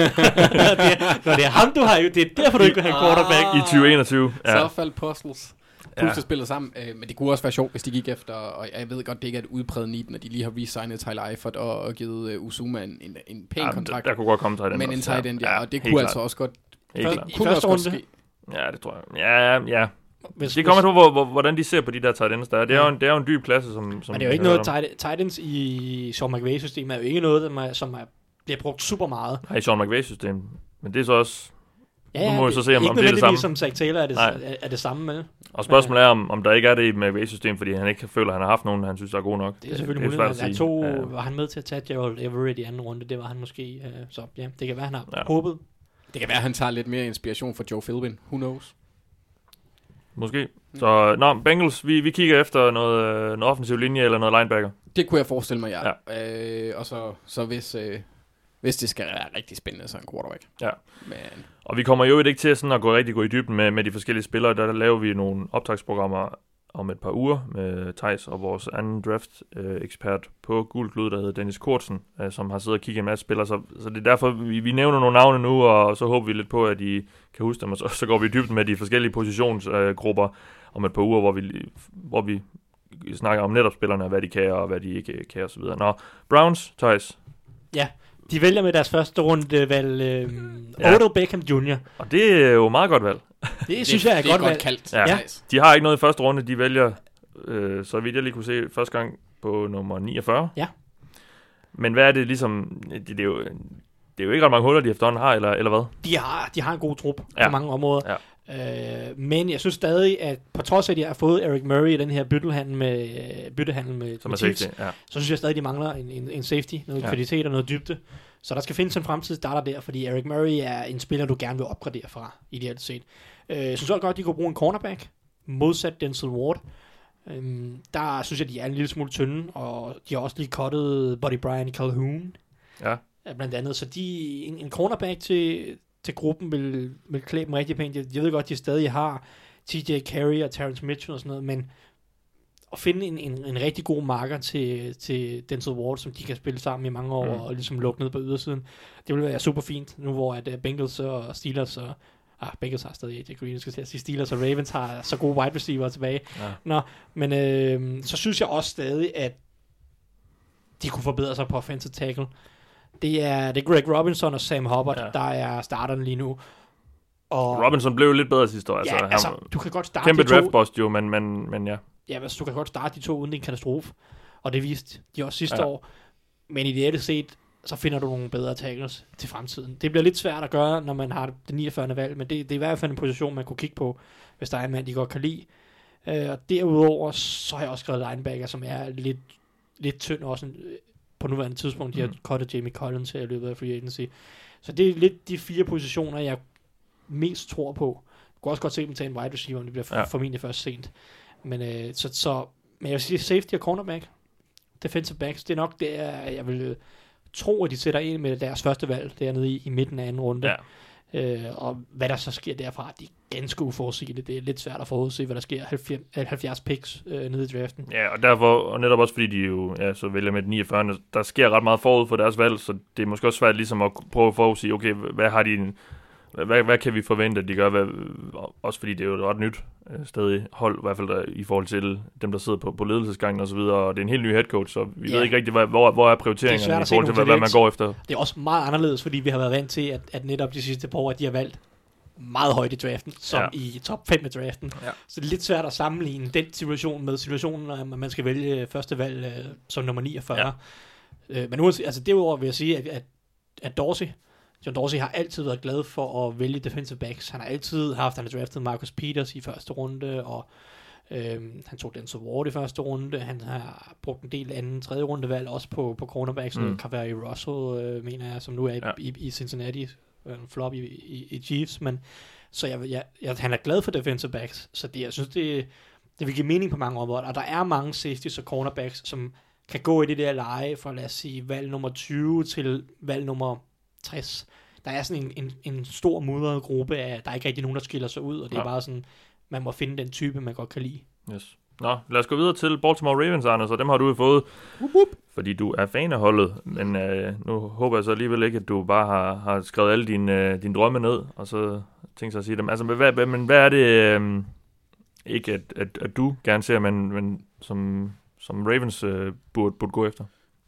Når det er ham, du har jo, det er derfor, du ikke vil have en quarterback. I 2021. Så faldt puzzles. Spillet sammen, men det kunne også være sjovt, hvis de gik efter, og jeg ved godt, det ikke er et udpræget need, når de lige har resignet Tyler Eifert og givet Uzuma en pæn kontrakt. Der kunne godt komme tight end. Men en tight end, og det kunne altså også godt. I første runde? Ja, det tror jeg. Ja. Det kommer til, hvordan de ser på de der tight ends der. Det er jo en dyb klasse, som men det er jo ikke noget, tight ends i Sean McVay-systemet er jo ikke noget, som bliver brugt super meget. Nej, i Sean McVay-systemet. Men det er så også... Ja, nu må vi så se, om det er det samme. Ikke nødvendigvis som Zach Taylor er det samme med. Og spørgsmålet er, om der ikke er det i McVay-systemet, fordi han ikke føler, at han har haft nogen, han synes, der er god nok. Det er selvfølgelig muligt. Var han med til at tage Gerald Everett i anden runde? Det var han måske. Så ja, det kan være, han har håbet. Det kan være, han tager lidt mere inspiration fra Joe Philbin. Who knows? Måske. Så, Bengals, vi kigger efter noget offensiv linje eller noget linebacker. Det kunne jeg forestille mig, ja. Og så hvis det skal være rigtig spændende, så en quarterback. Ja. Men... Og vi kommer jo ikke til sådan at gå i dybden med de forskellige spillere. Der laver vi nogle optagsprogrammer om et par uger med Theis og vores anden draft-ekspert på Gul Klud, der hedder Dennis Kortsen, som har siddet og kigget en masse spillere. Så det er derfor, vi nævner nogle navne nu, og så håber vi lidt på, at I kan huske dem, og så går vi i dybden med de forskellige positionsgrupper om et par uger, hvor vi snakker om netop spillerne, hvad de kan og hvad de ikke kan osv. Browns, Theis. Ja, de vælger med deres første runde valg Odell Beckham Jr. Og det er jo meget godt valg. Det synes jeg er godt valg. Kaldt. Ja. De har ikke noget i første runde, de vælger, så vidt jeg lige kunne se, første gang på nummer 49. Ja. Men hvad er det ligesom, det er jo ikke ret mange huller, de efterhånden har, eller hvad? De har en god trup på mange områder. Ja. Men jeg synes stadig, at på trods af, at de har fået Eric Murray i den her byttehandel med Chiefs, så synes jeg stadig, at de mangler en safety, noget kvalitet og noget dybde. Så der skal findes en fremtid starter der, fordi Eric Murray er en spiller, du gerne vil opgradere fra, ideelt set. Jeg synes også godt, at de kunne bruge en cornerback, modsat Denzel Ward. Der synes jeg, de er en lille smule tynde, og de har også lige cuttet Buddy Brian Calhoun. Ja. Blandt andet, så en cornerback til gruppen vil klæde dem rigtig pænt. Jeg ved godt, de stadig har TJ Carey og Terrence Mitchell og sådan noget, men at finde en rigtig god marker til Denzel Ward, som de kan spille sammen i mange år, og ligesom lukke ned på ydersiden, det vil være super fint, nu hvor at Bengals og Steelers og Bengals har stadig AJ Green, skal jeg sige, Steelers og Ravens har så gode wide receiver tilbage. Ja. Men så synes jeg også stadig, at de kunne forbedre sig på offensive tackle. Det er Greg Robinson og Sam Hubbard, der er starterne lige nu. Og Robinson blev lidt bedre sidste år. Ja, altså du kan godt starte kæmpe draftbost jo, men ja. Ja, altså, du kan godt starte de to uden en katastrofe. Og det viste de også sidste år. Men ideelt set, så finder du nogle bedre tackles til fremtiden. Det bliver lidt svært at gøre, når man har det 49. valg, men det er i hvert fald en position, man kunne kigge på, hvis der er en mand, de godt kan lide. Og derudover, så har jeg også skrevet linebacker, som er lidt tynd også på nuværende tidspunkt. De har cuttet Jamie Collins her i løbet af free agency. Så det er lidt de 4 positioner, jeg mest tror på. Jeg kunne også godt se dem tage en wide receiver, men det bliver formentlig først sent. Men, men jeg vil sige safety og cornerback, defensive backs, det er nok der, jeg vil tro, at de sætter ind med deres første valg dernede i midten af anden runde. Ja. Og hvad der så sker derfra, det er ganske uforudsigeligt. Det er lidt svært at forudse, hvad der sker 70 picks nede i draften. Ja, og derfor, og netop også fordi de jo så vælger med 49, der sker ret meget forud for deres valg, så det er måske også svært ligesom at prøve at forudsige, okay, hvad kan vi forvente, at de gør? Også fordi det er jo et ret nyt stadig hold, i hvert fald der, i forhold til dem, der sidder på ledelsesgangen og så videre, og det er en helt ny head coach, så vi ved ikke rigtig, hvor er prioriteringerne i forhold til, hvad man går efter. Det er også meget anderledes, fordi vi har været vant til, at netop de sidste par år, at de har valgt meget højt i draften, som i top 5 i draften. Ja. Så det er lidt svært at sammenligne den situation med situationen, at man skal vælge første valg som nummer 49. Ja. Men altså derudover vil jeg sige, at John Dorsey har altid været glad for at vælge defensive backs. Han har draftet Marcus Peters i første runde, og han tog Denzel Ward i første runde. Han har brugt en del anden tredje rundevalg, også på cornerbacks, Kaveri Russell, mener jeg, som nu er i Cincinnati, flop i Chiefs. Men så han er glad for defensive backs, så jeg synes, det vil give mening på mange områder. Og der er mange safeties og cornerbacks, som kan gå i det der leje fra, lad os sige, valg nummer 20 til valg nummer 60. Der er sådan en stor mudret gruppe af, der er ikke rigtig nogen, der skiller sig ud, og det er bare sådan, man må finde den type, man godt kan lide. Yes. Nå, lad os gå videre til Baltimore Ravens, Anders, og dem har du jo fået, fordi du er fan af holdet, men nu håber jeg så alligevel ikke, at du bare har skrevet alle dine drømme ned, og så tænkt sig at sige dem. Altså, hvad er det, ikke at du gerne ser, men som Ravens burde gå efter?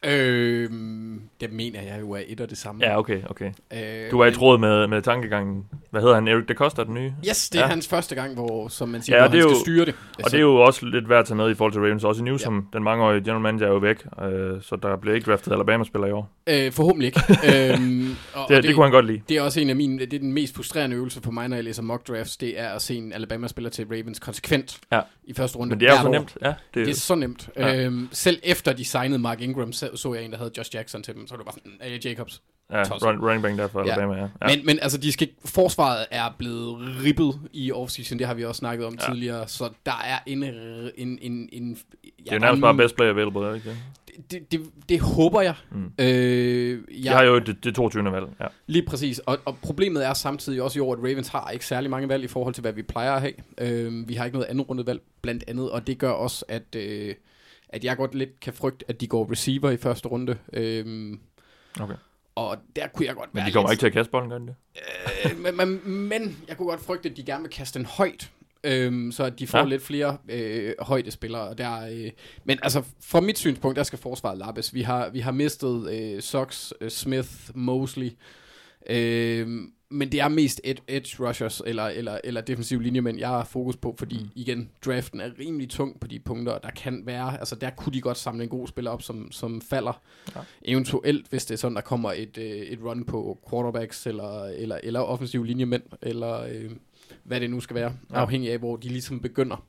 Det mener jeg jo er et og det samme. Ja, okay. Du er i tråd med tankegangen. Hvad hedder han? Eric DeCosta, den nye? Yes, det er hans første gang, hvor, som man siger, hvor han skal styre det. Og det er jo også lidt værd at tage med i forhold til Ravens. Også i New, som den mangeårige general manager er jo væk. Så der bliver ikke draftet Alabama-spiller i år. Forhåbentlig ikke. Det kunne han godt lide. Det er også det er den mest frustrerende øvelse for mig, når jeg læser mock drafts. Det er at se en Alabama-spiller til Ravens konsekvent i første runde. Men det er jo så nemt. Ja, det er så nemt. Ja. Selv efter de signede Mark Ingram, så jeg en, der havde Josh Jackson til dem, så var det bare sådan, Jacobs. Ja, running back der for Alabama, ja. Men altså, forsvaret er blevet ribbet i offseason, det har vi også snakket om tidligere, så der er en det er jo nærmest bare best player available, er det ikke? Det håber jeg. De har jo det 22. valg. Ja. Lige præcis, og problemet er samtidig også i år, at Ravens har ikke særlig mange valg i forhold til, hvad vi plejer at have. Vi har ikke noget andet runde valg, blandt andet, og det gør også, at jeg godt lidt kan frygte, at de går receiver i første runde. Okay. Og der kunne jeg godt være. Men de kommer ikke til at kaste bolden, gør de det? Men jeg kunne godt frygte, at de gerne vil kaste den højt, så at de får lidt flere højdespillere. Men altså, fra mit synspunkt, der skal forsvaret lappes. Vi har mistet Sox, Smith, Mosley, men det er mest edge rushers eller defensive linjemænd, jeg har fokus på, fordi igen, draften er rimelig tung på de punkter, der kan være, altså der kunne de godt samle en god spiller op, som falder. Ja. Eventuelt, hvis det er sådan, der kommer et run på quarterbacks, eller offensive linjemænd, eller hvad det nu skal være, afhængig af, hvor de ligesom begynder.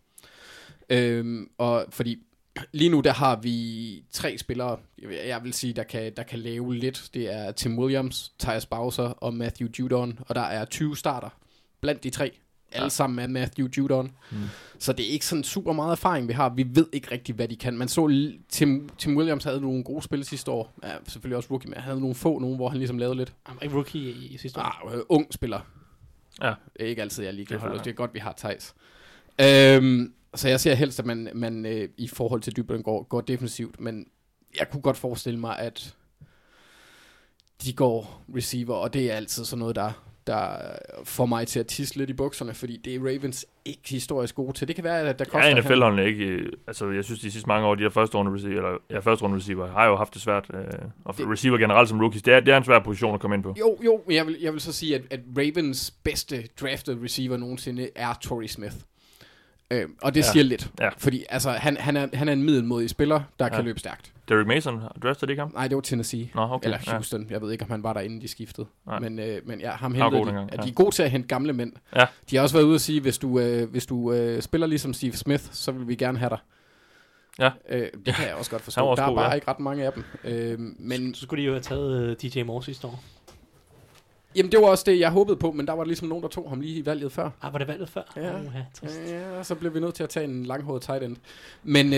Og fordi lige nu, der har vi 3 spillere, jeg vil sige, der kan lave lidt. Det er Tim Williams, Tyus Bowser og Matthew Judon, og der er 20 starter blandt de 3. Alle sammen er Matthew Judon. Så det er ikke sådan super meget erfaring, vi har. Vi ved ikke rigtig, hvad de kan. Man så, Tim Williams havde nogle gode spil sidste år. Ja, selvfølgelig også rookie, men han havde nogle, hvor han ligesom lavede lidt. Han var ikke rookie i sidste år. Ung spiller. Ja. Det er ikke altid, jeg lige kan få det. Det er godt, vi har Tyus. Så jeg ser helst, at man i forhold til dybden går defensivt, men jeg kunne godt forestille mig, at de går receiver, og det er altid sådan noget, der får mig til at tisse lidt i bukserne, fordi det er Ravens ikke historisk gode til. Det kan være, at der koster... Ja, NFL-holdene ikke... Altså, jeg synes, de sidste mange år, de her første runde receiver, har jo haft det svært. Og receiver generelt som rookies, det er en svær position at komme ind på. Jo, jeg vil så sige, at Ravens bedste drafted receiver nogensinde er Torrey Smith. Og det siger lidt, fordi altså, han er en middelmodig spiller, der kan løbe stærkt. Derrick Mason, draftede det ikke ham? Nej, det var Tennessee. Nå, okay. Eller Houston. Ja. Jeg ved ikke, om han var der, inden de skiftede. Men ja, ham hentede de. Dengang, De er gode til at hente gamle mænd. Ja. De har også været ude at sige, hvis du spiller ligesom Steve Smith, så vil vi gerne have dig. Ja. Det kan jeg også godt forstå. Der er bare ikke ret mange af dem. Men så skulle de jo have taget DJ Moore sidste år. Jamen, det var også det, jeg håbede på, men der var ligesom nogen, der tog ham lige i valget før. Var det valget før? Ja, så blev vi nødt til at tage en langhåret tight end. Men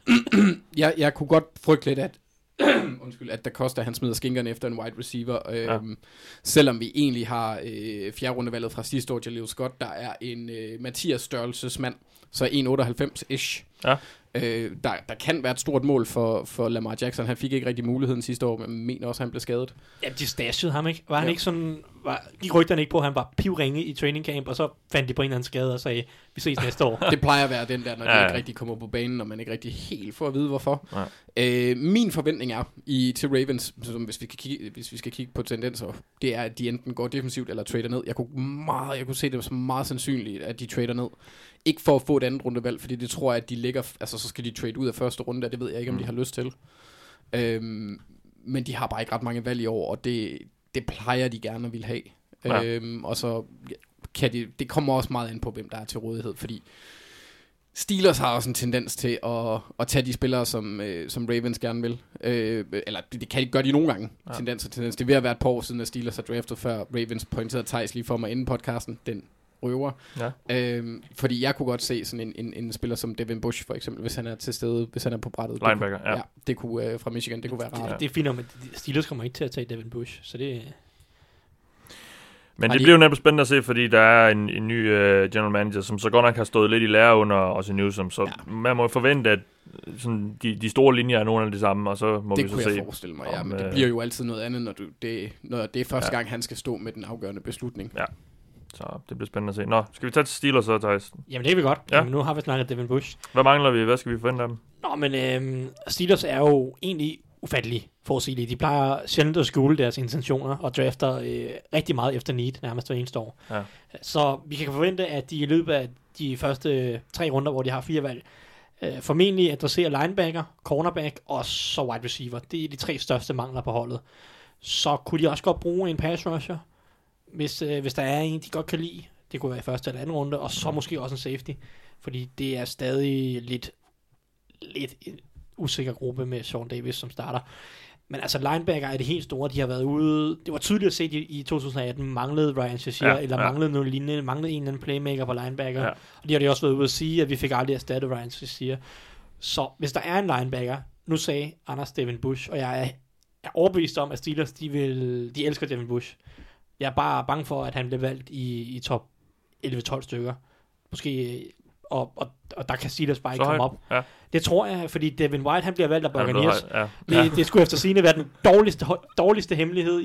jeg kunne godt frygte lidt, at der koster, at han smider skinkerne efter en wide receiver. Selvom vi egentlig har fjerde rundevalget fra sidste år, Jaleel Scott, der er en Mathias størrelsesmand, så 1,98-ish. Ja. Der kan være et stort mål for Lamar Jackson. Han fik ikke rigtig muligheden sidste år, men mener også, at han blev skadet. Ja, de stashede ham, ikke? Var han ikke sådan... Gik rygterne ikke på, at han var pivringe i training camp, og så fandt de på en eller anden skade og sagde, vi ses næste år. Det plejer at være den der, når de ikke rigtig kommer på banen, og man ikke rigtig helt får at vide, hvorfor. Min forventning er til Ravens, hvis vi skal kigge på tendenser, det er, at de enten går defensivt eller trader ned. Jeg kunne se det som meget sandsynligt, at de trader ned. Ikke for at få et andet rundevalg, fordi det tror jeg, at de ligger... Altså, så skal de trade ud af første runde, og det ved jeg ikke, om de har lyst til. Men de har bare ikke ret mange valg i år, og det plejer de gerne at ville have. Ja. Og så kan det kommer også meget an på, hvem der er til rådighed, fordi Steelers har også en tendens til at tage de spillere, som Ravens gerne vil. Eller det gør de nogle gange. Ja. Tendens. Det er ved at være et par år siden, at Steelers har draftet, før Ravens pointerede Theis lige for mig inden podcasten. Den røver. Ja. Fordi jeg kunne godt se sådan en spiller som Devin Bush, for eksempel, hvis han er til stede, hvis han er på brættet. Linebacker, det kunne fra Michigan, det kunne være rart. Det er fint, men Steelers kommer ikke til at tage Devin Bush, så det... Men det bliver jo nemt spændende at se, fordi der er en ny general manager, som så godt nok har stået lidt i lære under Ozzie Newsome, så man må forvente, at sådan, de store linjer er nogle af de samme, og så må vi så se. Det kunne jeg forestille mig, ja, men det bliver jo altid noget andet, når det er første gang, han skal stå med den afgørende beslutning. Ja. Så det bliver spændende at se. Nå, skal vi tage til Steelers så, Theis? Jamen det kan vi godt. Ja. Jamen, nu har vi snakket Devin Bush. Hvad mangler vi? Hvad skal vi forvente af dem? Nå, men Steelers er jo egentlig ufattelige forudsigelige. De plejer sjældent at skjule deres intentioner og drafter rigtig meget efter need, nærmest hver eneste år. Ja. Så vi kan forvente, at de i løbet af de første 3 runder, hvor de har 4 valg, formentlig adresserer linebacker, cornerback og så wide receiver. Det er de 3 største mangler på holdet. Så kunne de også godt bruge en pass rusher, hvis der er en, de godt kan lide. Det kunne være i første eller anden runde, og så måske også en safety, fordi det er stadig lidt en usikker gruppe med Sean Davis som starter. Men altså linebacker er det helt store. De har været ude. Det var tydeligt at se, at de i 2018 manglede Ryan Shazier, eller manglede noget lignende, manglede en eller anden playmaker på linebacker. Ja. Og de har de også været ude at sige, at vi fik aldrig erstattet Ryan Shazier. Så hvis der er en linebacker, nu sagde Anders Devin Bush, og jeg er overbevist om, at Steelers, de elsker Devin Bush. Jeg er bare bange for, at han bliver valgt i top 11-12 stykker. Måske, og der kan Steelers bare ikke komme op. Ja. Det tror jeg, fordi Devin White, han bliver valgt af Buccaneers. Det skulle efter sigende være den dårligste hemmelighed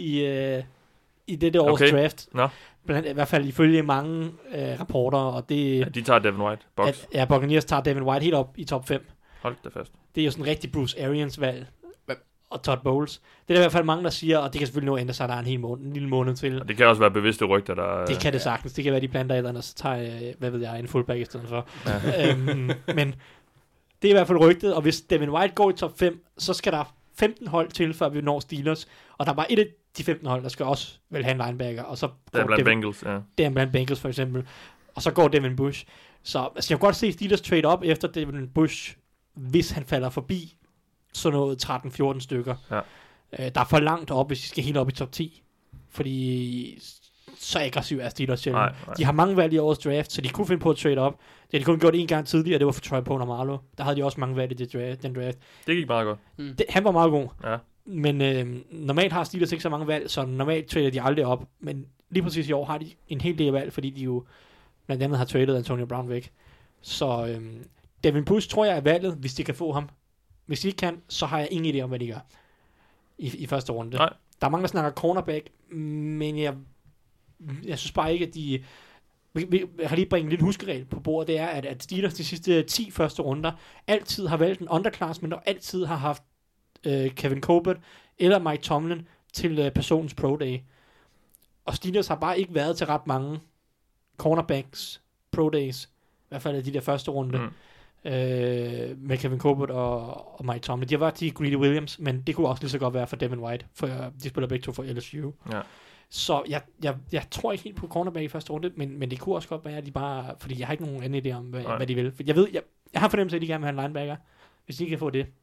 i dette års draft. No. I hvert fald ifølge mange rapporter. Og det, de tager Devin White. Buccaneers tager Devin White helt op i top 5. Hold det fast. Det er jo sådan en rigtig Bruce Arians valg. Og Todd Bowles. Det er der i hvert fald mange, der siger, og det kan selvfølgelig nå ændre sig, der er en lille måned til. Og det kan også være bevidste rygter, der... Det kan det sagtens. Det kan være, de planter et eller andet, og så tager, hvad ved jeg, en fullback i stedet for. Ja. Men det er i hvert fald rygtet, og hvis Devin White går i top 5, så skal der 15 hold til, før vi når Steelers. Og der er bare et af de 15 hold, der skal også vel have en linebacker. Og så det er blandt Bengals, ja. Det er blandt Bengals, for eksempel. Og så går Devin Bush. Så altså, jeg kan godt se Steelers trade op efter Devin Bush, hvis han falder forbi sådan noget 13-14 stykker. Ja. Der er for langt op, hvis de skal helt op i top 10. Fordi så aggressiv er Steelers sjældent. Nej. De har mange valg i årets draft, så de kunne finde på at trade op. Det har de kun gjort en gang tidligere, det var for Troy Polamalu. Der havde de også mange valg i den draft. Det gik meget godt. Han var meget god. Ja. Men normalt har Steelers ikke så mange valg, så normalt trader de aldrig op. Men lige præcis i år har de en hel del valg, fordi de jo blandt andet har tradet Antonio Brown væk. Så Devin Bush tror jeg er valget, hvis de kan få ham. Hvis de ikke kan, så har jeg ingen idé om, hvad de gør i første runde. Nej. Der er mange, der snakker cornerback, men jeg synes bare ikke, at de... Jeg har lige bringet en lille huskeregel på bordet, det er, at Steelers de sidste 10 første runder altid har valgt en underclassman, og altid har haft Kevin Colbert eller Mike Tomlin til personens pro day. Og Steelers har bare ikke været til ret mange cornerbacks pro days, i hvert fald af de der første runde. med Kevin Colbert og Mike Tomlin. De har været til Greedy Williams, men det kunne også lige så godt være for Devin White, for de spiller begge to for LSU. Ja. Så jeg tror ikke helt på cornerback i første runde, men det kunne også godt være, at de bare... Fordi jeg har ikke nogen anden idé om, hvad de vil. For jeg har fornemmelse af, at de gerne vil have en linebacker. Hvis de kan få det,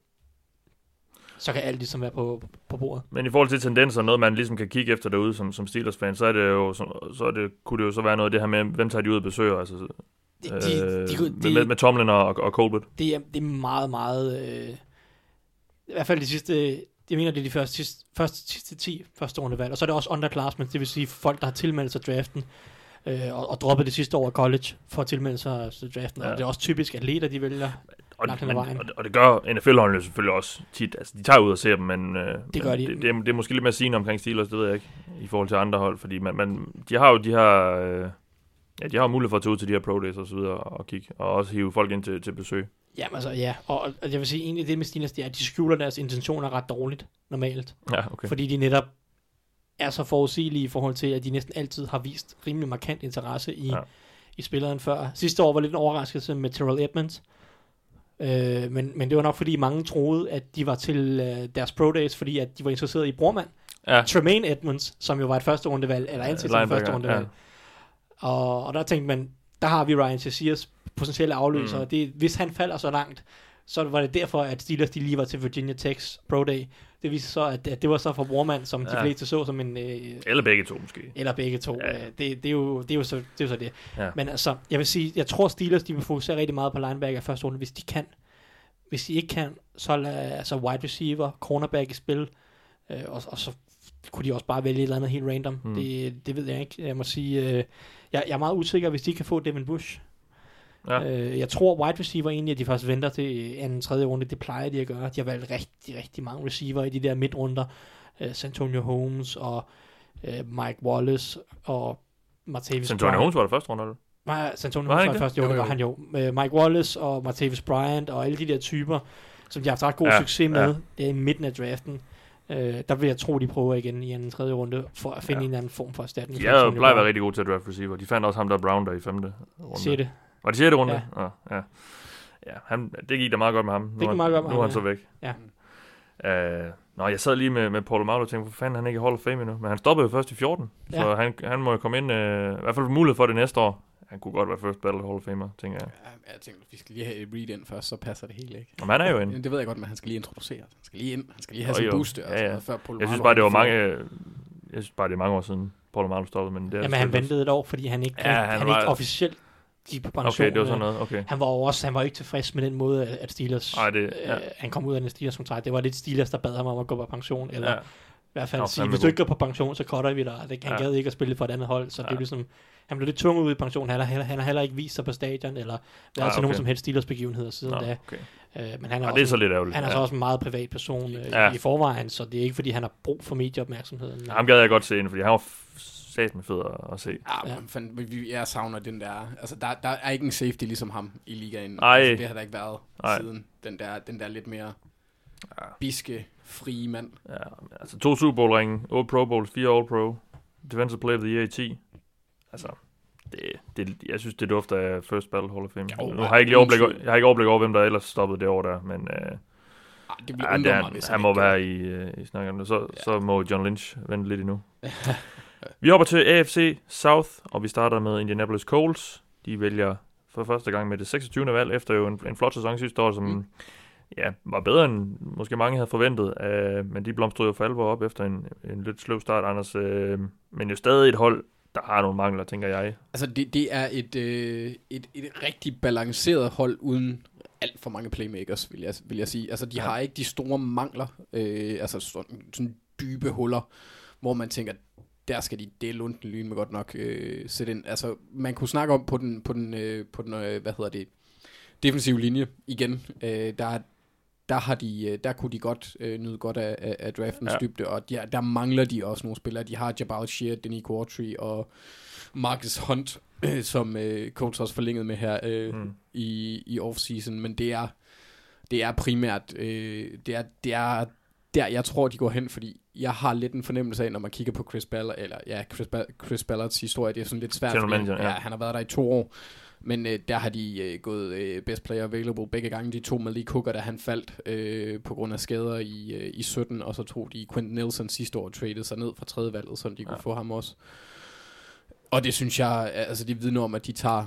så kan alt ligesom være på bordet. Men i forhold til tendenser, noget man ligesom kan kigge efter derude som Steelers-fan, så er det jo, kunne det jo så være noget af det her med, hvem tager de ud og besøger, altså med Tomlin og Colbert. Det er meget, meget... I hvert fald de sidste... Jeg mener, det er de sidste 10 første rundevalg. Og så er det også underclassmen, det vil sige folk, der har tilmeldt sig draften, og droppet det sidste år af college for at tilmelde sig draften. Ja. Og det er også typisk atleter, de vælger langt hen ad vejen. Og det gør NFL-holdene selvfølgelig også tit. Altså, de tager ud og ser dem, men det gør de. Det er måske lidt mere sigende omkring Steelers, det ved jeg ikke, i forhold til andre hold. Fordi de har jo de her... de har mulighed for at tage ud til de her pro days og så videre og kigge, og også hive folk ind til besøg. Jamen altså, ja. Og jeg vil sige, egentlig det med Steelers, det er, at de skjuler deres intentioner ret dårligt, normalt. Ja, okay. Fordi de netop er så forudsigelige i forhold til, at de næsten altid har vist rimelig markant interesse i spilleren før. Sidste år var lidt en overraskelse med Terrell Edmonds, men det var nok, fordi mange troede, at de var til deres pro days, fordi at de var interesseret i brormand. Ja. Tremaine Edmonds, som jo var et første rundevalg, eller anset som et første rundevalg. Ja. Og der tænkte man, der har vi Ryan Shaziers potentielle afløser, og hvis han falder så langt, så var det derfor, at Steelers de lige var til Virginia Tech's Pro Day. Det viste så, at det var så for brormand, som de fleste så som en... eller begge to, måske. Eller begge to. Ja. Det er jo så det. Ja. Men altså, jeg vil sige, jeg tror Steelers, de vil fokusere rigtig meget på linebacker i første runde, hvis de kan. Hvis de ikke kan, så altså wide receiver, cornerback i spil, og så kunne de også bare vælge et eller andet helt random. Det ved jeg ikke. Jeg må sige, jeg er meget usikker, hvis de kan få Devin Bush. Ja. Jeg tror wide receiver egentlig, at de først venter til anden, tredje runde. Det plejer de at gøre. De har valgt rigtig, rigtig mange receiver i de der midtrunder. Santonio Holmes og Mike Wallace og Martavis Santonio Holmes var det første runde, eller? Nej, Santonio Holmes var det første. Jo, det var han jo. Mike Wallace og Martavis Bryant og alle de der typer, som de har haft ret god succes med. Det er i midten af draften. Der vil jeg tro, de prøver igen i anden, tredje runde, for at finde en anden form for erstatning. Ja, de plejer at være rigtig gode til at draft receiver. De fandt også ham der Brown der i 5. runde. Siger det. Var det 6. runde? Ja. Ja, det gik da meget godt med ham. Nu er han så væk. Ja. Jeg sad lige med Paul Omalo og tænkte, hvor fanden han ikke i Hall of Fame endnu. Men han stoppede jo først i 14, så han må jo komme ind, i hvert fald få mulighed for det næste år. Han kunne godt være first ballot Hall of Famer, tænker jeg. Ja, jeg tænker, vi skal lige have et read ind først, så passer det helt ikke. Men han er jo inde. Det ved jeg godt, men han skal lige introducere. Han skal lige ind. Han skal lige have sin booster. Ja. Før Paul jeg synes bare, det var mange... Jeg synes bare, det er mange år siden Paul Omalo stoppede, men det er... Jamen, han ventede et år, fordi han ikke, han ikke officielt gik på pension. Okay, det var sådan noget, okay. Han var jo ikke tilfreds med den måde, at Steelers... han kom ud af den Steelers kontrakt. Det var lidt Steelers, der bad ham om at gå på pension, eller... I hvert fald sige, hvis du ikke går på pension, så cutter vi dig. Han gad ikke at spille for et andet hold, så det er ligesom... Han blev lidt tung ud i pension. Han har heller ikke vist sig på stadion, eller været til nogen som helst Steelers begivenheder siden da. Okay. Men han er, det er så lidt ærgerligt. Han er så også en meget privat person i forvejen, så det er ikke, fordi han har brug for medieopmærksomheden. Ham gad jeg godt se ind, fordi han var sat med fødder at se. Jeg savner den der... Altså, der er ikke en safety ligesom ham i ligaen. Altså, det har der ikke været siden. Den der lidt mere biske, frie mand. Ja, altså 2 Super Bowl-ringe, 8 Pro Bowls, 4 All-Pro, Defensive Player of the Year i 10. Altså, jeg synes, det dufter af First Ballot Hall of Fame. Nu har jeg ikke overblik over, hvem der ellers stoppede det år der, men det bliver mig, hvis han må være i snakken. Så må John Lynch vente lidt endnu. Vi hopper til AFC South, og vi starter med Indianapolis Colts. De vælger for første gang med det 26. valg, efter jo en flot sæson sidste år, som var bedre end måske mange havde forventet, men de blomstrede jo for alvor op efter en lidt sløv start, Anders. Men jo stadig et hold, der har nogle mangler, tænker jeg. Altså, det er et rigtig balanceret hold, uden alt for mange playmakers, vil jeg sige. Altså, de har ikke de store mangler, altså sådan dybe huller, hvor man tænker, der skal de lunden lyn med godt nok sætte ind. Altså, man kunne snakke om på den defensive linje igen. Der kunne de godt nyde godt af draftens dybde, og der mangler de også nogle spillere. De har Jabal Sheard, Denny Quautry og Marcus Hunt, som Colts også forlænget med her i offseason, men det er primært der jeg tror de går hen, fordi jeg har lidt en fornemmelse af, når man kigger på Chris Ballards historie, det er sådan lidt svært, fordi han har været der i 2 år. Men der har de gået best player available begge gange. De tog Malik Hooker, da han faldt på grund af skader i 17, og så tog de Quentin Nelson sidste år og traded sig ned fra tredje valget, så de kunne få ham også. Og det synes jeg, altså de vidner om, at de tager...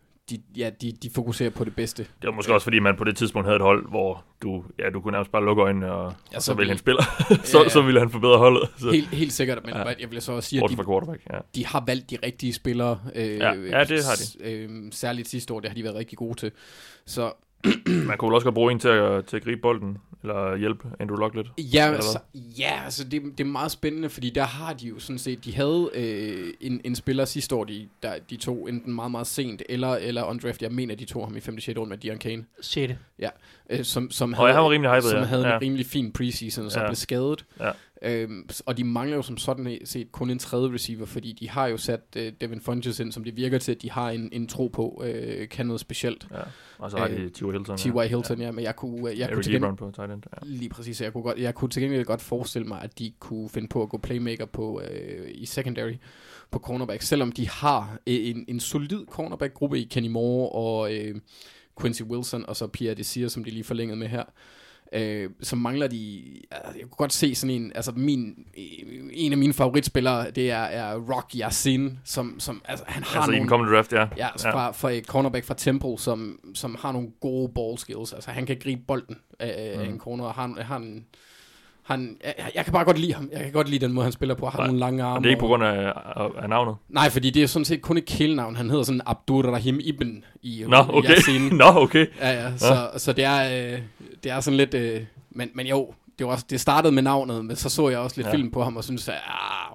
De fokuserer på det bedste. Det var måske også, fordi man på det tidspunkt havde et hold, hvor du kunne nærmest bare lukke øjnene, og så ville han spille. så ville han forbedre holdet. Så. Helt sikkert, men jeg vil så også sige, at de har valgt de rigtige spillere. Det har de. Særligt sidste år, det har de været rigtig gode til. Så man kunne også godt bruge en til at gribe bolden, eller hjælpe Andrew Luck lidt. Altså det er meget spændende, fordi der har de jo sådan set, de havde en spiller sidste år, de tog enten meget, meget sent, eller undrafted. Jeg mener, de tog ham i 5. 6. runde med De'Aaron Kane. 6. Ja, som havde en rimelig fin preseason, og så blev skadet. Ja. Og de mangler jo som sådan set kun en tredje receiver, fordi de har jo sat Devin Funchess ind, som det virker til, at de har en tro på, kan noget specielt. Ja. Og så har de T.Y. Hilton. T.Y. Hilton, ja, men jeg kunne på tight end. Ja. Lige præcis, jeg kunne til gengæld godt forestille mig, at de kunne finde på at gå playmaker på i secondary på cornerback, selvom de har en solid cornerback-gruppe i Kenny Moore og Quincy Wilson, og så Pierre Desir, som de lige forlængede med her. Så mangler de, jeg kunne godt se sådan en, altså en af mine favoritspillere, det er Rock Ya-Sin, som altså han har nogle, i en kommende draft, fra et cornerback fra Temple, som har nogle gode ball skills, altså han kan gribe bolden af en corner, og jeg kan bare godt lide ham. Jeg kan godt lide den måde, han spiller på. Han har nogle lange arme. Og det er ikke på grund af navnet? Nej, fordi det er sådan set kun et kælenavn. Han hedder sådan Abdurrahim Ibn i Yasin. Okay. Ja. Så det er sådan lidt... Men jo, det startede med navnet, men så jeg også lidt film på ham og synes, at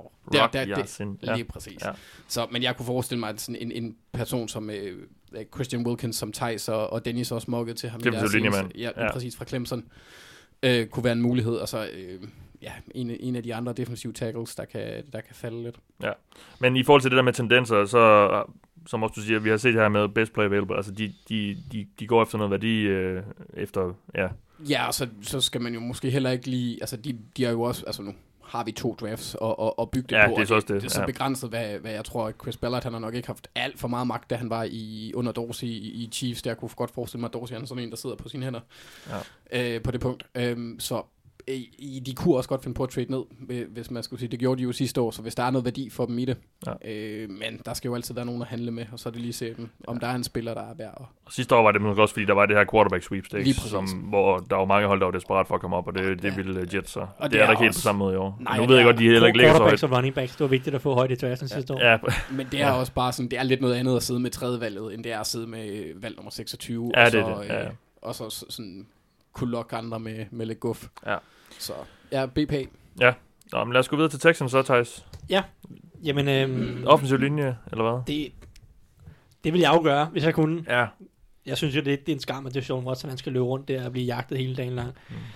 lige præcis. Ja. Så, men jeg kunne forestille mig, at sådan en person som Christian Wilkins, som Theis og Dennis også mokkede til ham. Præcis, fra Clemson. Kunne være en mulighed, og så en af de andre defensive tackles, der kan falde lidt. Ja, men i forhold til det der med tendenser, så som også du siger, vi har set her med best play available, altså de går efter noget værdi efter, Ja, og så skal man jo måske heller ikke lige, altså de har jo også, altså nu har vi 2 drafts og bygge det på, det er og det er så begrænset, hvad jeg tror, at Chris Ballard, han har nok ikke haft alt for meget magt, da han var under Dorsey i Chiefs. Der kunne godt forestille mig, at Dorsey er sådan en, der sidder på sine hænder på det punkt. Så de kunne også godt finde på at trade ned, hvis man skulle sige. Det gjorde de jo sidste år, så hvis der er noget værdi for dem i det. Men der skal jo altid være nogen at handle med, og så er det lige se dem, om der er en spiller, der er værd. Og sidste år var det måske også, fordi der var det her quarterback sweepstakes, hvor der var mange hold, der var desperat for at komme op, og det ville Jets så. Og det er der ikke helt på samme måde i år. Nej, nu ved jeg godt, de heller ikke ligger så højt. Quarterbacks og running backs, det var vigtigt at få højt i draften sidste år. Ja. Men det er også bare sådan, det er lidt noget andet at sidde med tredje valget, end det er at sidde med valg nummer 26. Og så sådan kunne lokke andre med lidt guf. Ja. Så BP. Ja, men lad os gå videre til Texans så, Theis. Ja, jamen... offensiv linje, eller hvad? Det vil jeg jo gøre, hvis jeg kunne. Ja. Jeg synes jo, det er en skam, at det er Sean Watson, han skal løbe rundt der og blive jagtet hele dagen lang.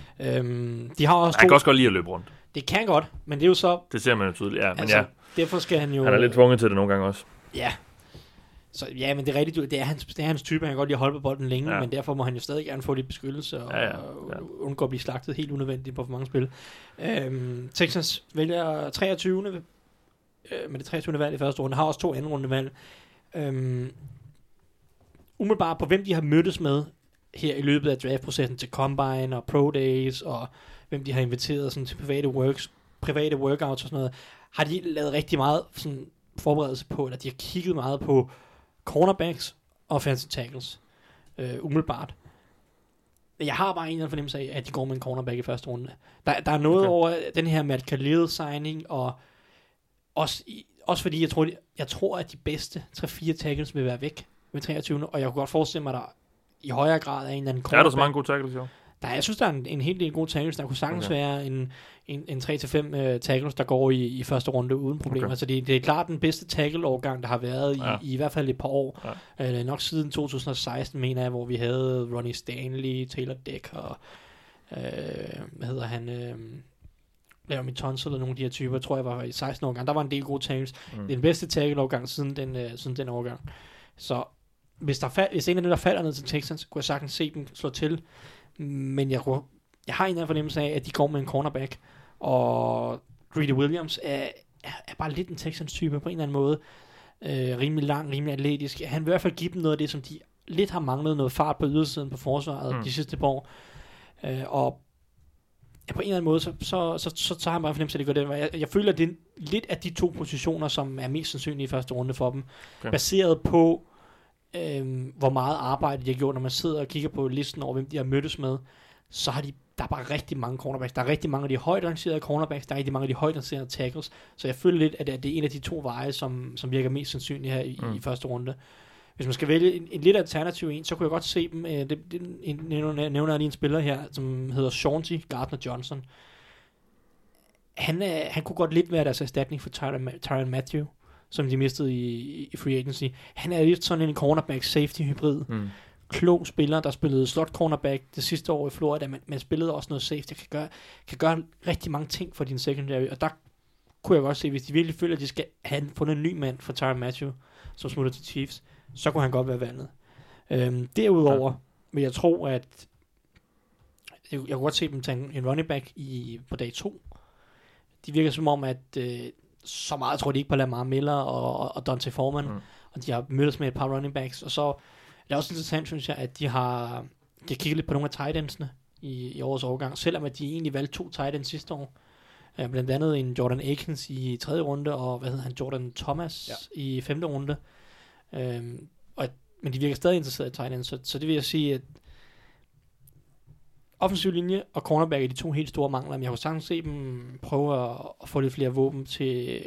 De har også han kan også godt lide at løbe rundt. Det kan godt, men det er jo så... Det ser man jo tydeligt, men altså, derfor skal han jo... Han er lidt tvunget til det nogle gange også. Ja. Så ja, men det er rigtigt, det er hans type, han kan godt lide at holde på bolden længe, men derfor må han jo stadig gerne få lidt beskyttelse og undgå at blive slagtet helt unødvendigt på for mange spil. Texans vælger 23. Med det 23. valg i første runde, har også 2 anden runde valg. Umiddelbart på hvem de har mødtes med her i løbet af draftprocessen til Combine og Pro Days, og hvem de har inviteret sådan, til private workouts og sådan noget, har de lavet rigtig meget sådan, forberedelse på, eller de har kigget meget på cornerbacks og offensive tackles umiddelbart. Jeg har bare en eller anden fornemmelse af, at de går med en cornerback i første runde. Der er noget over den her Matt Khalil signing, og også fordi jeg tror, at de bedste 3-4 tackles vil være væk med 23. Og jeg kunne godt forestille mig, at der i højere grad er en eller anden cornerback. Er der så mange gode tackles, jo? Jeg synes, der er en hel del gode tackles. Der kunne sagtens være en 3-5 tackles, der går i første runde uden problemer. Altså det er klart den bedste tackle-årgang, der har været i hvert fald et par år. Nok siden 2016, mener jeg, hvor vi havde Ronnie Stanley, Taylor Deck og hvad hedder han... Laver mit Tunsil og nogle af de her typer, tror jeg var i 16 årgang. Der var en del gode tackles. Det er den bedste tackle-årgang siden den årgang. Så hvis en af dem, der falder ned til Texans, kunne jeg sagtens se dem slå til. Men jeg har en eller anden fornemmelse af, at de går med en cornerback, og Greedy Williams er bare lidt en Texans-type på en eller anden måde. rimelig lang, rimelig atletisk. Han vil i hvert fald give dem noget af det, som de lidt har manglet, noget fart på ydersiden på forsvaret de sidste par år. Og på en eller anden måde, så har jeg bare fornemmelse, at det gør det. Jeg føler, at det er lidt af de 2 positioner, som er mest sandsynlige i første runde for dem. Okay. Baseret på, hvor meget arbejde de har gjort, når man sidder og kigger på listen over, hvem de har mødtes med, så har der er bare rigtig mange cornerbacks. Der er rigtig mange af de højt rangerede cornerbacks, der er rigtig mange af de højt rangerede tackles. Så jeg føler lidt, at det er en af de 2 veje, som virker mest sandsynlige her i første runde. Hvis man skal vælge en lidt alternativ en, så kunne jeg godt se dem. Nævner jeg lige en spiller her, som hedder Chauncey Gardner-Johnson. Han kunne godt lidt være deres erstatning for Tyrann Mathieu, som de mistede i free agency. Han er lidt sådan en cornerback-safety-hybrid. Klog spiller, der spillede slot cornerback det sidste år i Florida, men spillede også noget safety, kan gøre rigtig mange ting for din secondary, og der kunne jeg godt se, hvis de virkelig føler, at de skal have fundet en ny mand for Tyrann Mathieu, som smutter til Chiefs, så kunne han godt være valget. Derudover vil jeg tro, at jeg kunne godt se dem tage en running back på dag 2. De virker som om, at så meget tror de ikke på Lamar Miller og Dante Foreman, og de har mødtes med et par running backs, og så det er også interessant, synes jeg, at de har kigget lidt på nogle af tight endsene i årets overgang, selvom at de egentlig valgte 2 tight ends sidste år. Blandt andet en Jordan Akins i 3. runde, og Jordan Thomas i 5. runde. Men de virker stadig interesseret i tight ends, så det vil jeg sige, at offensiv linje og cornerback er de 2 helt store mangler, men jeg kunne sagtens se dem prøve at få lidt flere våben til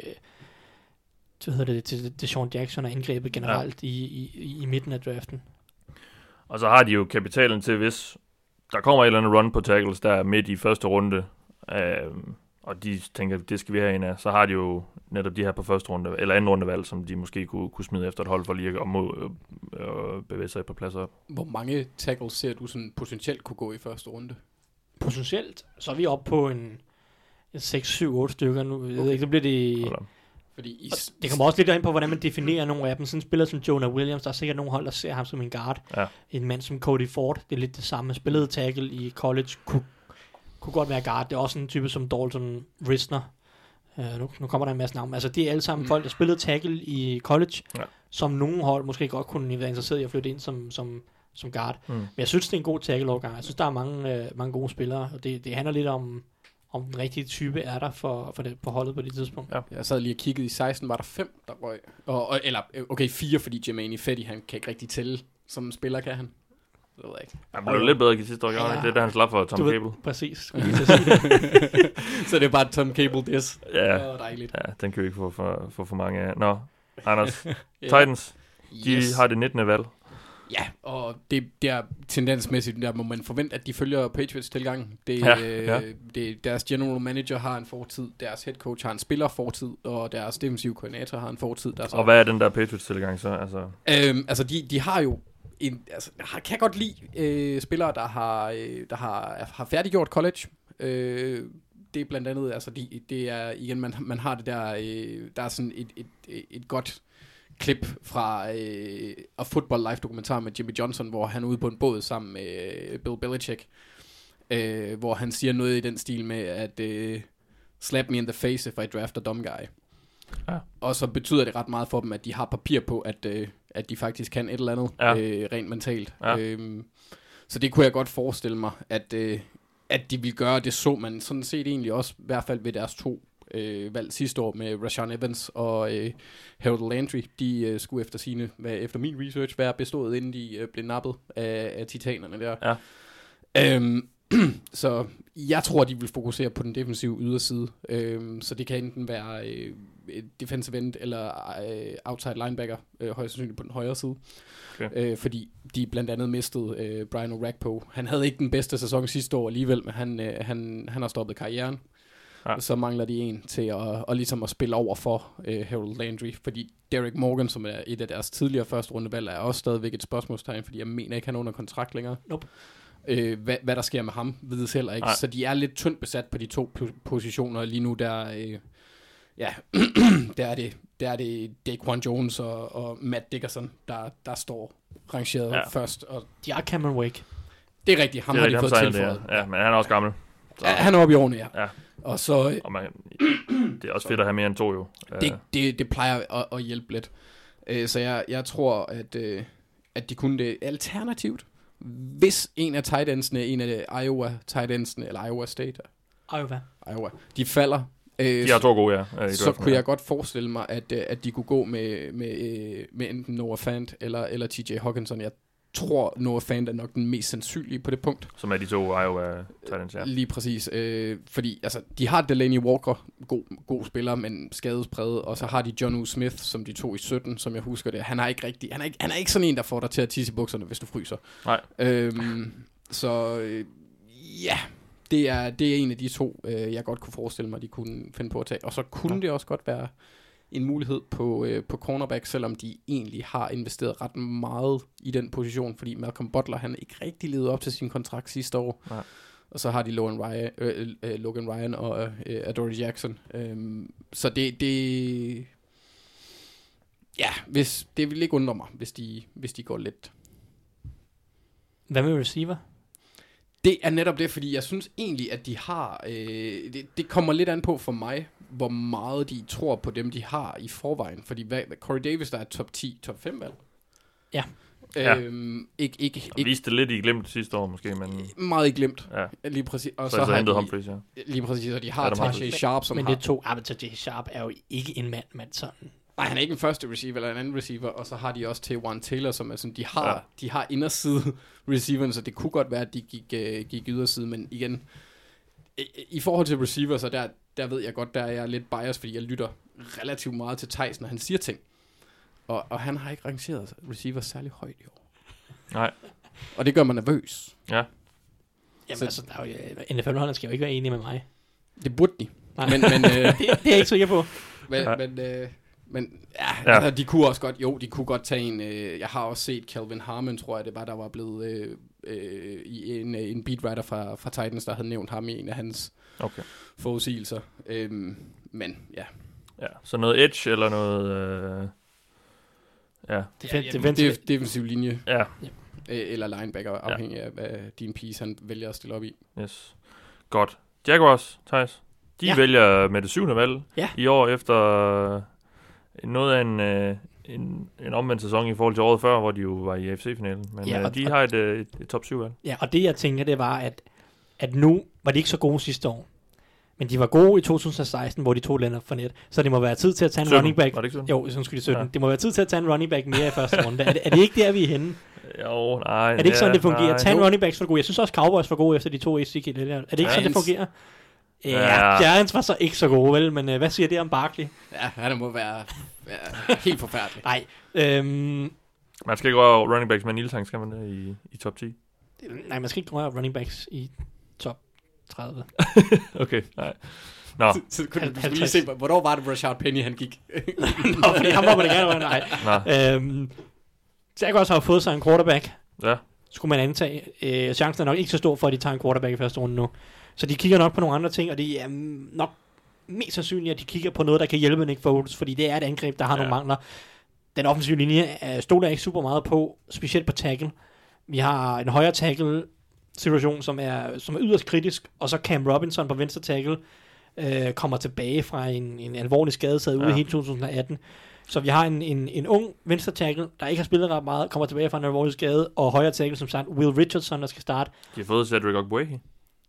Sean Jackson og angrebet generelt i midten af draften. Og så har de jo kapitalen til, hvis der kommer et eller andet run på tackles, der er midt i første runde, og de tænker, det skal vi have en af, så har de jo netop de her på første runde, eller anden rundevalg, som de måske kunne smide efter et hold for lige at bevæge sig på pladser op. Hvor mange tackles ser du sådan potentielt kunne gå i første runde? Potentielt? Så er vi oppe på en 6-7-8 stykker nu. Okay. Jeg ved ikke, så bliver det... Fordi det kommer også lidt ind på, hvordan man definerer nogle af dem. Sådan en spiller som Jonah Williams, der er sikkert nogle hold, der ser ham som en guard. Ja. En mand som Cody Ford, det er lidt det samme. Spillede tackle i college, kunne godt være guard. Det er også en type som Dalton Risner. Nu kommer der en masse navn. Altså det er alle sammen folk, der spillede tackle i college, som nogle hold måske godt kunne være interesseret i at flytte ind som guard. Men jeg synes, det er en god tackle-overgang. Jeg synes, der er mange gode spillere, og det handler lidt om den rigtige type er der på holdet på det tidspunkt. Ja. Jeg sad lige og kiggede i 16, var der 5, der røg. Eller 4, fordi Jermaine Fetty, han kan ikke rigtig tælle som spiller, kan han? Det ved jeg ikke. Han blev lidt bedre i sidste år, det er da han slap for Tom Cable. Præcis. Så det er bare Tom Cable diss. Ja, dejligt. Ja, den kan vi ikke få for mange af. Nå, Anders, Titans, de har det 19. valg. Ja, og det er tendensmæssigt, der må man forvente, at de følger Patriots tilgang. Deres general manager har en fortid, deres head coach har en spillerfortid, og deres defensive koordinator har en fortid. Og hvad er den der Patriots tilgang så? Altså de har jo kan godt lide spillere, der har færdiggjort college. Det er blandt andet, altså det er igen, man har det der, der er sådan et godt klip fra A Football Live dokumentar med Jimmy Johnson, hvor han er ude på en båd sammen med Bill Belichick, hvor han siger noget i den stil med, at slap me in the face if I draft a dumb guy. Ja. Og så betyder det ret meget for dem, at de har papir på, at de faktisk kan et eller andet rent mentalt. Ja. Så det kunne jeg godt forestille mig, at de vil gøre. Det så man sådan set egentlig også, i hvert fald ved deres 2 valg sidste år med Rashaan Evans og Harold Landry. De skulle efter min research være bestået, inden de blev nappet af titanerne der. Ja. Så jeg tror, de vil fokusere på den defensive yderside. Så det kan enten være defensive end eller outside linebacker, højst sandsynligt på den højre side. Okay. Fordi de blandt andet mistede Brian Orakpo. Han havde ikke den bedste sæson sidste år alligevel, men han har stoppet karrieren. Ja. Så mangler de en til at ligesom at spille over for Harold Landry, fordi Derek Morgan, som er et af deres tidligere første rundevalg, er også stadigvæk et spørgsmålstegn, fordi jeg mener ikke, han er under kontrakt længere. Nope. Hvad der sker med ham, vides heller ikke. Nej. Så de er lidt tyndt besat på de 2 positioner lige nu, der er det Daquan Jones og Matt Dickerson, der står rangeret først. Og de er Cameron Wake. Det er rigtigt, ham har de fået tilføjet. Ja, men han er også gammel. Så. Ja, han er oppe i årene, ja. Og så, det er også fedt at have mere end 2 jo. Det plejer at hjælpe lidt. Så jeg tror, at de kunne det alternativt. Hvis en af tight endsene, en af Iowa tight endsene, eller Iowa State, Iowa, de falder, De har 2 gode, ja. så kunne jeg godt forestille mig, at de kunne gå med enten Noah Fant eller TJ Hawkinson. Jeg tror, Noah Fant er nok den mest sandsynlige på det punkt. Som er de 2 Iowa Titans, ja. Lige præcis. Fordi altså, de har Delaney Walker, god spiller, men skadespræget. Og så har de John U. Smith, som de tog i 17, som jeg husker det. Han er ikke sådan en, der får dig til at tisse i bukserne, hvis du fryser. Nej. Ja, det er en af de 2, jeg godt kunne forestille mig, de kunne finde på at tage. Og så kunne det også godt være en mulighed på cornerback, selvom de egentlig har investeret ret meget i den position, fordi Malcolm Butler, han ikke rigtig levede op til sin kontrakt sidste år. Nej. Og så har de Logan Ryan og Adoree Jackson. Så det ja, det vil ikke undre mig, hvis de går lidt. Hvad med receiver? Det er netop det, fordi jeg synes egentlig, at de har... det kommer lidt an på for mig, hvor meget de tror på dem, de har i forvejen. Fordi Corey Davis, der er top 10, top 5 valg. Ja. Ikke viste det lidt i glemt sidste år måske, men... Meget i glemt. Ja. Lige præcis. Og så har de Humphries, ja. Lige præcis, og de har Tajay Sharp, som men har... Men det 2... men Tajay Sharp er jo ikke en mand sådan... Nej, han er ikke en første receiver eller en anden receiver, og så har de også Taywan Taylor, som er sådan, de har inderside receiveren, så det kunne godt være, at de gik yderside, men igen, i forhold til receiver, så der ved jeg godt, der er jeg lidt biased, fordi jeg lytter relativt meget til Theis, når han siger ting. Og han har ikke rangeret receiver særlig højt i år. Nej. Og det gør mig nervøs. Ja. Jamen så, altså, NFL-holderne skal jo ikke være enige med mig. Det burde de. Men det er jeg ikke sikker på. Men altså, de kunne også godt, de kunne godt tage en, jeg har også set Calvin Harmon, tror jeg det var, der var blevet i en beatwriter fra Titans, der havde nævnt ham i en af hans forudsigelser. Men ja. Ja, så noget edge eller noget... defensiv linje. Ja. Eller linebacker, afhængig af, hvad din piece han vælger at stille op i. Yes. Godt. Jaguars, Theis. De vælger med det 7. valg i år efter noget af en omvendt sæson i forhold til året før, hvor de jo var i AFC-finalen. Men de har et top 7 valg. Ja, og det jeg tænker, det var, at nu var de ikke så gode sidste år. Men de var gode i 2016, hvor de tog Leonard Fournette. Så det må være tid til at tage en 17. running back. Var det ikke sådan? Jo, sådan skulle de 17. Ja. Det må være tid til at tage en running back mere i første runde. Er det ikke der, vi er henne? Jo, nej. Er det ikke sådan, det fungerer? Tag en running back, så er det god. Jeg synes også, Cowboys var gode efter de 2 Ezekiel. Er det ikke sådan, det fungerer? Ja, Giants var så ikke så gode, vel? Men hvad siger det om Barkley? Ja, det må være helt forfærdeligt. Nej. Man skal ikke røre running backs med en ildtang, skal man det i top 10? Nej, man skal ikke røre running backs i top 30. Okay, nej. Nå. Så kunne du lige se, hvornår var det Rashard Penny, han gik? Nå, fordi han var på det gerne, nej. Jaguars har fået sig en quarterback. Ja. Skulle man antage. Chancen er nok ikke så stor for, at de tager en quarterback i første runde nu. Så de kigger nok på nogle andre ting, og det er nok mest sandsynligt, at de kigger på noget, der kan hjælpe Nick Foles, fordi det er et angreb, der har nogle mangler. Den offensive linje stoler jeg ikke super meget på, specielt på tackle. Vi har en højre tackle situation, som er yderst kritisk, og så Cam Robinson på venstre tackle kommer tilbage fra en alvorlig skadesag ude hele 2018. Så vi har en ung venstre tackle, der ikke har spillet ret meget, kommer tilbage fra en alvorlig skade, og højre tackle, som sagt, Will Richardson, der skal starte. De har fået Cedric Ogbuehi.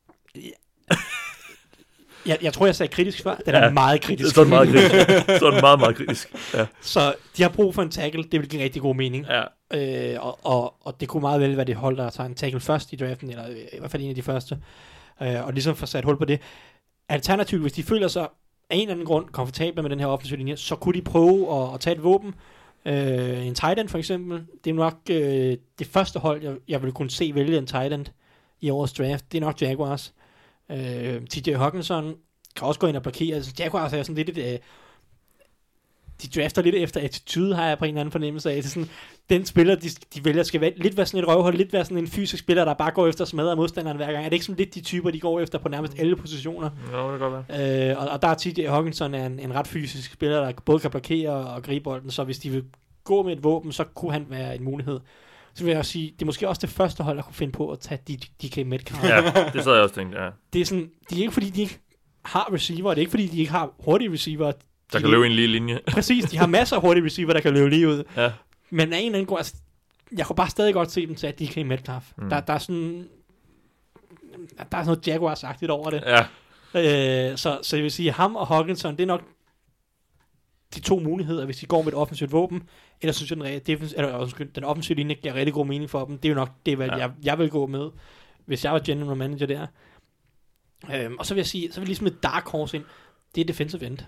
Jeg tror, jeg sagde kritisk før. Den er meget kritisk. Så er den meget kritisk. Så er den meget, meget kritisk. Ja. Så de har brug for en tackle. Det vil give rigtig god mening. Ja. Og det kunne meget vel være det hold, der tager en tackle først i draften, eller i hvert fald en af de første. Og ligesom få sat hul på det. Alternativt, hvis de føler sig af en eller anden grund komfortable med den her offensive linje, så kunne de prøve at tage et våben. En tight end for eksempel. Det er nok det første hold, jeg vil kunne se vælge en tight end i årets draft. Det er nok Jaguars. TJ Hawkinson kan også gå ind og blokere. Altså, Jaguars er sådan lidt de drafter lidt efter attitude, har jeg på en eller anden fornemmelse af. Det er sådan, den spiller, de vælger, skal være sådan et røvhold, lidt være sådan en fysisk spiller, der bare går efter smadre modstanderen hver gang. Er det ikke sådan lidt de typer, de går efter på nærmest alle positioner? Jo, det kan godt være. Og der er TJ Hawkinson en ret fysisk spiller, der både kan blokere og gribe bolden, så hvis de vil gå med et våben, så kunne han være en mulighed. Så vil jeg også sige, det er måske også det første hold, der kunne finde på at tage DK Metcalf. Ja, det sad jeg også tænkt, ja. Det er sådan, det er ikke fordi, de ikke har receiver, det er ikke fordi, de ikke har hurtige receiver. Der kan løbe en lige linje. Præcis, de har masser af hurtige receiver, der kan løbe lige ud. Ja. Men af en eller anden grund, altså, jeg kunne bare stadig godt se dem til, at DK Metcalf. Der er sådan... Der er sådan noget Jaguars-agtigt over det. Ja. Så jeg vil sige, ham og Hockenson, det er nok de to muligheder, hvis de går med et offensivt våben. Eller synes jeg, den offensive linje giver rigtig god mening for dem. Det er jo nok det valg, jeg vil gå med, hvis jeg var general manager der. Og så vil jeg sige, så vil jeg lige smide dark horse ind. Det er defensive end.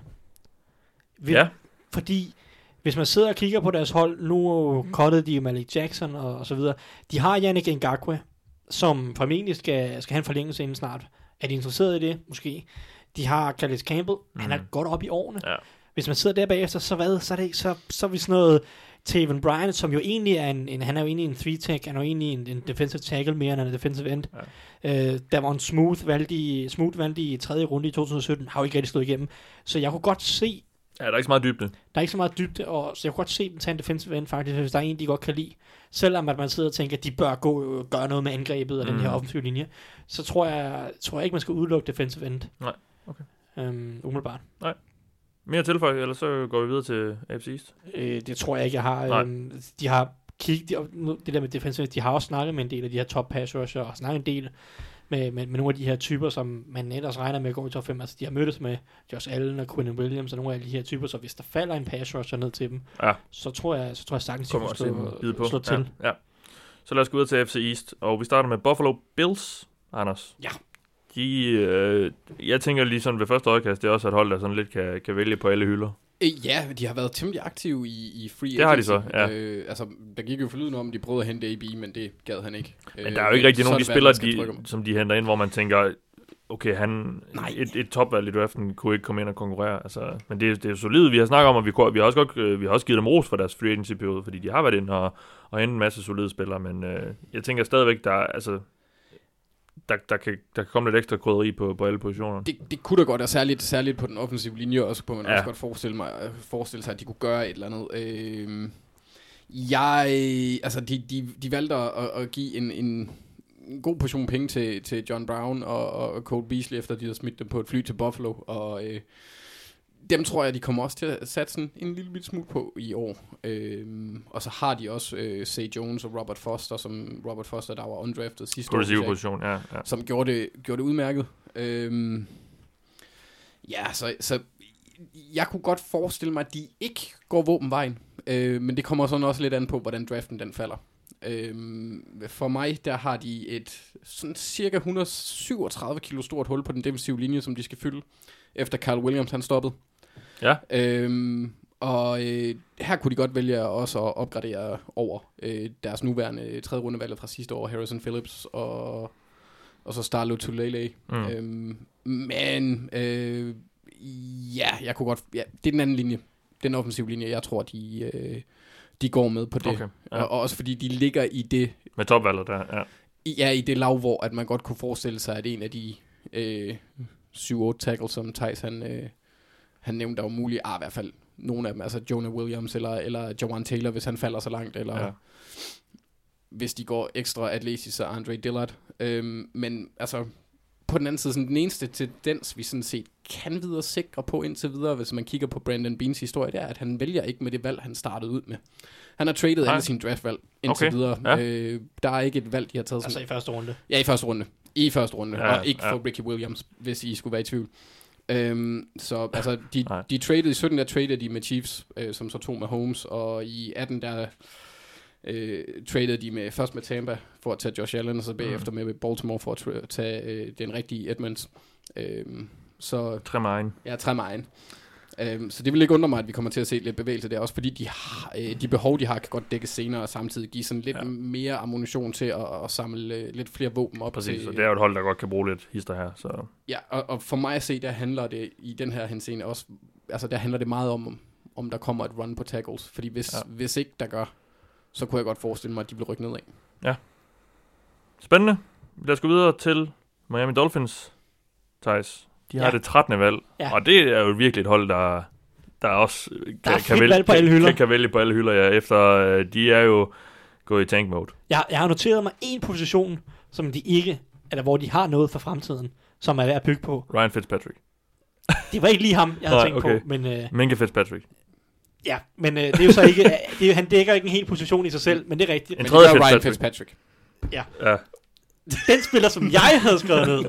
Fordi hvis man sidder og kigger på deres hold, nu cuttede de Malik Jackson og så videre. De har Yannick Ngakoue, som formentlig skal have en forlængelse inden snart. Er de interesseret i det? Måske. De har Calais Campbell. Han er godt op i årene. Ja. Hvis man sidder der bagefter, så er vi sådan noget Taven Bryan, som jo egentlig er han er jo egentlig en 3-tech, han er jo egentlig en defensive tackle mere end en defensive end. Ja. Der var en Smooth valgt i 3. runde i 2017, har jo ikke rigtig slået igennem. Så jeg kunne godt se... Ja, der er ikke så meget dybde. Der er ikke så meget dybde, og så jeg kunne godt se dem tage en defensive end faktisk, hvis der er en, de godt kan lide. Selvom at man sidder og tænker, at de bør gøre noget med angrebet af den her offensive linje, så tror jeg ikke, man skal udelukke defensive end. Nej, okay. Umiddelbart. Nej. Mere tilføj, eller så går vi videre til AFC East? Det tror jeg ikke, jeg har. De har kigget, det der med defensive, de har også snakket med en del af de her top pass rusher, og snakket en del med nogle af de her typer, som man ellers regner med at gå i top 5. Altså, de har mødtes med Josh Allen og Quinnen Williams og nogle af de her typer, så hvis der falder en pass rusher ned til dem, så tror jeg sagtens, de kan slå til. Ja. Så lad os gå ud til AFC East, og vi starter med Buffalo Bills, Anders. Ja. Jeg tænker lige sådan ved første øjekast, det er også et hold, der sådan lidt kan vælge på alle hylder. Ja, de har været temmelig aktive i free agency. Det har de så, ja. Altså, der gik jo forlydende om, de prøvede at hente AB, men det gad han ikke. Men der er jo ikke rigtig nogen af de spillere, som de henter ind, hvor man tænker, okay, et topvalg i draften kunne ikke komme ind og konkurrere. Altså, men det er jo solidt. Vi har snakket om, at vi har også givet dem ros for deres free agency-periode, fordi de har været ind og hentet en masse solide spillere, men jeg tænker stadigvæk, der kan komme lidt ekstra krydderi på alle positioner. Det kunne da godt, og særligt på den offensive linje, også kunne man også godt forestille sig, at de kunne gøre et eller andet. De valgte at give en god portion penge til John Brown og Cole Beasley, efter de havde smidt dem på et fly til Buffalo, og dem tror jeg, de kommer også til at satse en lille bit smule på i år. Og så har de også Zay Jones og Robert Foster, der var undrafted sidste år. Position, ja. Som gjorde det udmærket. Så jeg kunne godt forestille mig, at de ikke går våbenvejen. Men det kommer sådan også lidt an på, hvordan draften den falder. For mig, der har de et sådan cirka 137 kilo stort hul på den defensive linje, som de skal fylde, efter Kyle Williams han stoppede. Ja. Her kunne de godt vælge også at opgradere over deres nuværende 3. rundevalg fra sidste år, Harrison Phillips og så Starlo Tulele. Jeg kunne godt... Ja, det er den anden linje. Den offensive linje, jeg tror, de går med på det. Okay, ja. Og også fordi de ligger i det... Med topvalget der, ja. Ja, i det lav, hvor at man godt kunne forestille sig, at en af de 7-8 tackles, som Theis han nævnte, der var muligt. I hvert fald nogle af dem, altså Jonah Williams eller Jawan Taylor, hvis han falder så langt, eller hvis de går ekstra atletisk, så Andre Dillard. Men altså, på den anden side, sådan, den eneste tendens, vi sådan set kan videre sikre på indtil videre, hvis man kigger på Brandon Beans historie, det er, at han vælger ikke med det valg, han startede ud med. Han har traded alle sine draftvalg indtil videre. Ja. Der er ikke et valg, de har taget. Altså i første runde? Ja, i første runde. Og ikke for Ricky Williams, hvis I skulle være i tvivl. Så altså, de traded i 17, der traded de med Chiefs, som så tog med Holmes, og i 18, der traded de først med Tampa for at tage Josh Allen, og så bagefter med Baltimore for at tage den rigtige Edmonds. Så Tremaine. Ja, Tremaine. Så det vil ikke undre mig, at vi kommer til at se lidt bevægelse der, også fordi de behov, de har, kan godt dækkes senere, og samtidig give sådan lidt mere ammunition til at samle lidt flere våben op. Præcis, og det er jo et hold, der godt kan bruge lidt hister her. Så. Ja, og for mig at se, der handler det i den her henseende også, altså der handler det meget om der kommer et run på tackles, fordi hvis ikke der gør, så kunne jeg godt forestille mig, at de bliver rykket nedad. Ja. Spændende. Lad os gå videre til Miami Dolphins, Theis. De har det 13. valg, og det er jo virkelig et hold, der også kan vælge på alle hylder, efter de er jo gået i tank mode. Jeg har noteret mig en position, som de ikke, eller hvor de har noget for fremtiden, som er værd at bygge på. Ryan Fitzpatrick. Det var ikke lige ham, jeg havde tænkt på. Men, Minkah Fitzpatrick. Ja, men det er jo så ikke... han dækker ikke en hel position i sig selv, men det er rigtigt. En Men tredje det gør Ryan Fitzpatrick. Fitzpatrick. Ja. Den spiller, som jeg havde skrevet ned,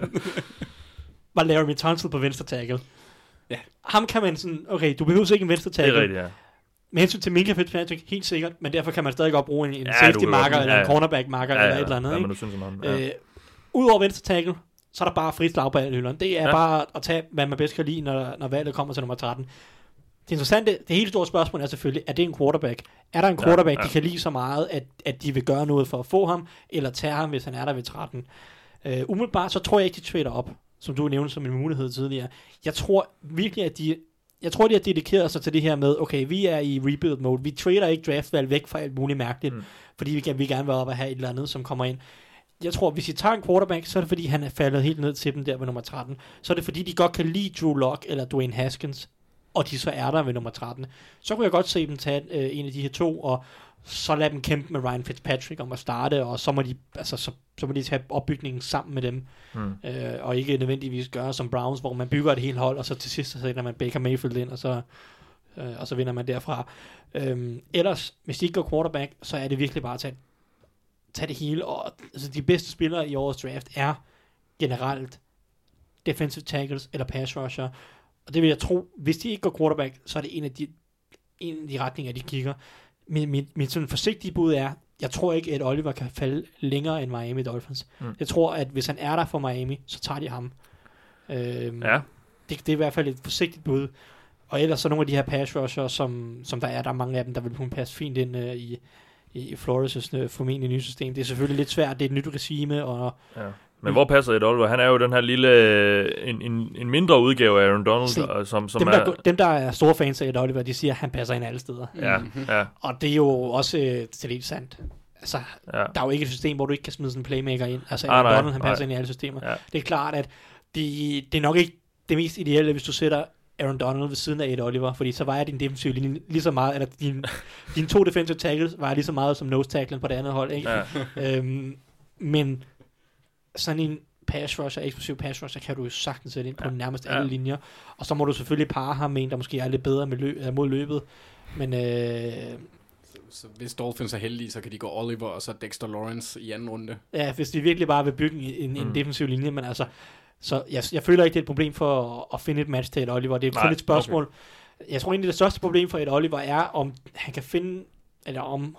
var Laramie Tunsil på venstre tackle. Ja. Ham kan man sådan... Okay, du behøver ikke en venstre Det tackle. er rigtigt, ja. Med hensyn til Minkah Fitzpatrick, helt sikkert, men derfor kan man stadig godt bruge en Ja, safety du marker, kan- eller ja, en cornerback marker, eller et eller andet. Ja, Ikke? men du synes sådan noget. Ja. Udover venstre tackle, så er der bare frit slag på alle hylderne. Det er Ja. bare at tage, hvad man bedst kan lide, når valget kommer til nummer 13. Det interessante, det helt store spørgsmål er selvfølgelig, er det en quarterback? Er der en quarterback, de kan lide så meget, at de vil gøre noget for at få ham, eller tage ham, hvis han er der ved 13? Umiddelbart, så tror jeg ikke, de trader op, som du nævnte som en mulighed tidligere. Jeg tror virkelig, at de har dedikeret sig til det her med, okay, vi er i rebuild mode. Vi trader ikke draftvalg væk fra alt muligt mærkeligt, fordi vi gerne vil op og have et eller andet, som kommer ind. Jeg tror, hvis I tager en quarterback, så er det fordi, han er faldet helt ned til dem der ved nummer 13. Så er det fordi, de godt kan lide Drew Lock eller Dwayne Haskins, og de så er der ved nummer 13. Så kunne jeg godt se dem tage en af de her to, og så lade dem kæmpe med Ryan Fitzpatrick om at starte, og så må de, så må de tage opbygningen sammen med dem, og ikke nødvendigvis gøre som Browns, hvor man bygger et helt hold, og så til sidst så sætter man Baker Mayfield ind, og så vinder man derfra. Ellers, hvis de ikke går quarterback, så er det virkelig bare at tage det hele, og altså, de bedste spillere i årets draft er generelt defensive tackles eller pass rusher, og det vil jeg tro, hvis de ikke går quarterback, så er det en af de retninger, de kigger. Mit sådan forsigtige bud er, jeg tror ikke, at Oliver kan falde længere end Miami Dolphins. Jeg tror, at hvis han er der for Miami, så tager de ham. Det er i hvert fald et forsigtigt bud. Og ellers så nogle af de her pass rusher, som der er mange af dem, der vil kunne passe fint ind i Flores' formentlig nye system. Det er selvfølgelig lidt svært, det er et nyt regime, og... Ja. Men hvor passer Ed Oliver? Han er jo den her lille, en mindre udgave af Aaron Donald, som dem, der er store fans af Ed Oliver, de siger, at han passer ind alle steder. Ja. Og det er jo også til lidt sandt. Altså, der er jo ikke et system, hvor du ikke kan smide sådan en playmaker ind. Altså, Aaron Donald, han passer ind i alle systemer. Ja. Det er klart, at det er nok ikke det mest ideelle, hvis du sætter Aaron Donald ved siden af Ed Oliver, fordi så vejer din defensive linje lige så meget, eller dine to defensive tackles vejer lige så meget som nose tacklen på det andet hold, ikke? Ja. Men sådan en pass rusher, eksplosiv pass rusher, kan du jo sagtens sætte ind på nærmest alle linjer, og så må du selvfølgelig parre ham med en, der måske er lidt bedre mod løbet, men så hvis Dolphins er heldige, så kan de gå Oliver og så Dexter Lawrence i anden runde. Ja, hvis de virkelig bare vil bygge en defensiv linje, men altså, så jeg føler ikke, det er et problem for at finde et match til Ed Oliver. Det er kun et spørgsmål. Okay. Jeg tror egentlig, det største problem for Ed Oliver er, om han kan finde, eller om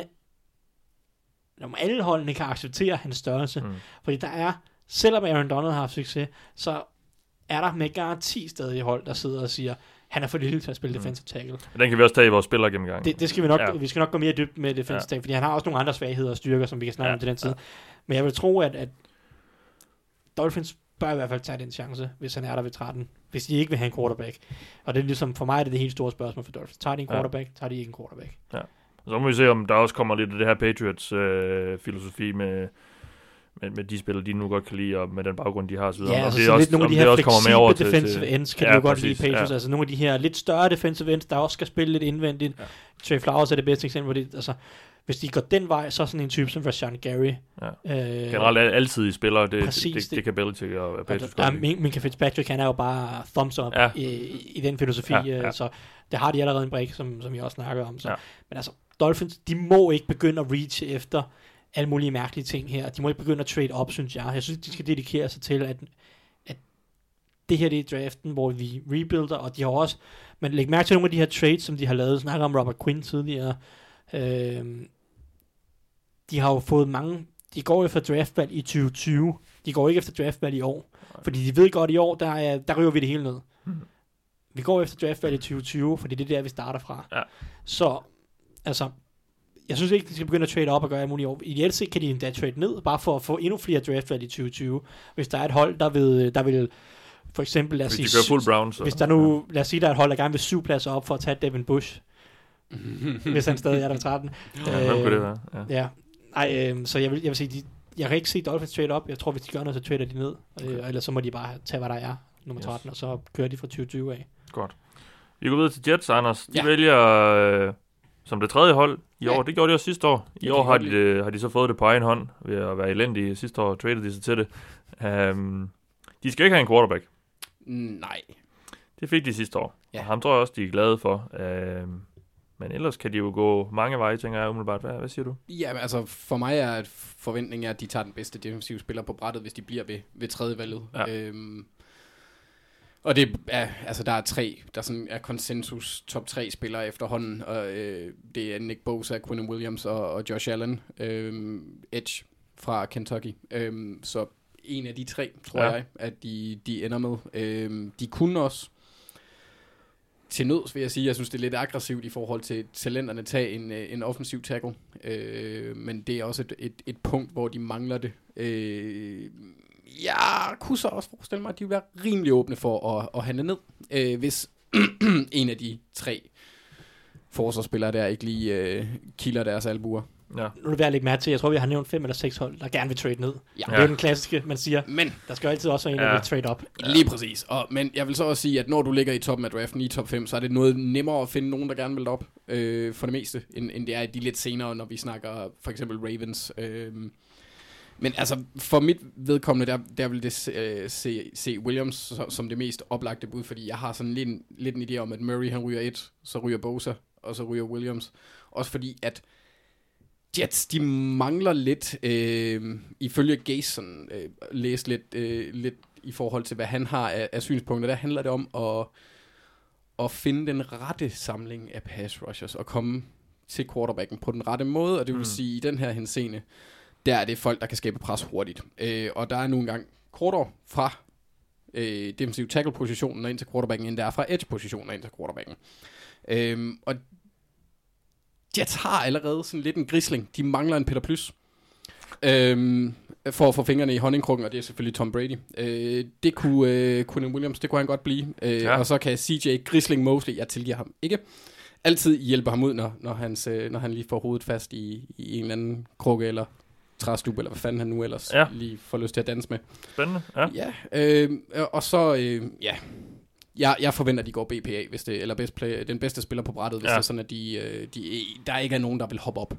alle holdene kan acceptere hans størrelse. Fordi der er, selvom Aaron Donald har haft succes, så er der med garanti stadig hold, der sidder og siger, han er for lille til at spille defensive tackle. Den kan vi også tage i vores spillergennemgang. Det skal vi nok. Vi skal nok gå mere dybt med defensive tackle, fordi han har også nogle andre svagheder og styrker, som vi kan snakke om til den tid. Men jeg vil tro, at Dolphins bør i hvert fald tage den chance, hvis han er der ved 13. Hvis de ikke vil have en quarterback. Og det er ligesom, for mig er det helt store spørgsmål for Dolphins. Tager de en quarterback? Tager de ikke en quarterback? Ja. Så må vi se, om der også kommer lidt af det her Patriots filosofi med de spillere, de nu godt kan lide, og med den baggrund, de har. Så ja, altså det også, lidt nogle af de her fleksible defensive ends, kan de jo godt lide Patriots. Altså nogle af de her lidt større defensive ends, der også skal spille lidt indvendigt. Trey Flowers er det bedste eksempel, hvor det, altså, hvis de går den vej, så er sådan en type som Rashan Gary. Generelt altid i spillere, det kan Belichick og Patriots godt lide. Minkah Fitzpatrick, han er jo bare thumbs up i den filosofi, så det har de allerede en break, som jeg også snakker om. Så. Men altså, Dolphins, de må ikke begynde at reach efter alle mulige mærkelige ting her. De må ikke begynde at trade op, synes jeg. Jeg synes, de skal dedikere sig til, at det her det er draften, hvor vi rebuilder, og de har også, men læg mærke til nogle af de her trades, som de har lavet, snakker om Robert Quinn tidligere. De har jo fået mange, de går efter draftvalg i 2020, de går ikke efter draftvalg i år, fordi de ved godt, i år, der ryger vi det hele ned. Vi går efter draftvalg i 2020, fordi det er der, vi starter fra. Ja. Så, altså, jeg synes ikke, de skal begynde at trade op og gøre alt muligt år. Ideelt set kan de endda trade ned, bare for at få endnu flere draftvalg i 2020. Hvis der er et hold, der vil for eksempel, lad os sige, hvis der nu, lad os sige, der er et hold, der gerne vil 7 pladser op for at tage Devin Bush, hvis han stadig er der 13. Hvem kunne det være? Så jeg vil sige, jeg kan ikke se Dolphins trade op. Jeg tror, hvis de gør noget, så trader de ned. Ellers så må de bare tage, hvad der er, nummer 13, og så kører de fra 2020 af. Godt. Vi går videre til Jets, Anders. De vælger som det tredje hold i år. Det gjorde de også sidste år. I år har de så fået det på egen hånd ved at være elendige. Sidste år traded de sig til det. De skal ikke have en quarterback. Nej. Det fik de sidste år. Ja. Og ham tror jeg også, de er glade for. Men ellers kan de jo gå mange veje, tænker jeg umiddelbart. Hvad siger du? Ja, men altså for mig er forventningen, at de tager den bedste defensive spiller på brættet, hvis de bliver ved tredje valget. Ja. Og det er, altså der er 3, der sådan er konsensus top 3 spillere efterhånden, og det er Nick Bosa, Quinnen Williams og Josh Allen, Edge fra Kentucky. Så en af de 3, tror jeg, at de ender med. De kunne også til nøds, vil jeg sige. Jeg synes, det er lidt aggressivt i forhold til talenterne tage en offensiv tackle. Men det er også et punkt, hvor de mangler det. Jeg kunne så også forestille mig, at de vil være rimelig åbne for at handle ned, hvis en af de 3 forsvarsspillere der ikke lige kilder deres albuer. Ja. Nu er det værd at lægge mærke til, jeg tror, vi har nævnt 5 eller 6 hold, der gerne vil trade ned. Ja. Det er jo den klassiske, man siger, men der skal jo altid også være en, der vil trade op. Lige præcis. Men jeg vil så også sige, at når du ligger i toppen af draften i top 5, så er det noget nemmere at finde nogen, der gerne vil op for det meste, end det er de lidt senere, når vi snakker for eksempel Ravens. Men altså, for mit vedkommende, der vil det se Williams som det mest oplagte bud, fordi jeg har sådan lidt en idé om, at Murray han ryger 1, så ryger Bosa, og så ryger Williams. Også fordi, at Jets, de mangler lidt, ifølge Gason, læst lidt i forhold til, hvad han har af synspunkter. Der handler det om at finde den rette samling af pass rushers, og komme til quarterbacken på den rette måde, og det vil sige, i den her henseende, der er det folk, der kan skabe pres hurtigt. Og der er nu engang kortere fra defensive tackle-positionen og ind til quarterbacken, end der er fra edge-positionen og ind til quarterbacken. Og Jets har allerede sådan lidt en grisling. De mangler en Peter Plys for at få fingrene i honningkrukken, og det er selvfølgelig Tom Brady. Det kunne Williams, det kunne han godt blive. Og så kan CJ Grisling Mosley, jeg tilgiver ham ikke, altid hjælpe ham ud, når han lige får hovedet fast i en eller anden krukke eller træstube, eller hvad fanden han nu ellers lige får lyst til at danse med. Spændende, ja. Og så, jeg forventer, at de går BPA, hvis det, eller den bedste spiller på brættet, hvis det er sådan, at der ikke er nogen, der vil hoppe op.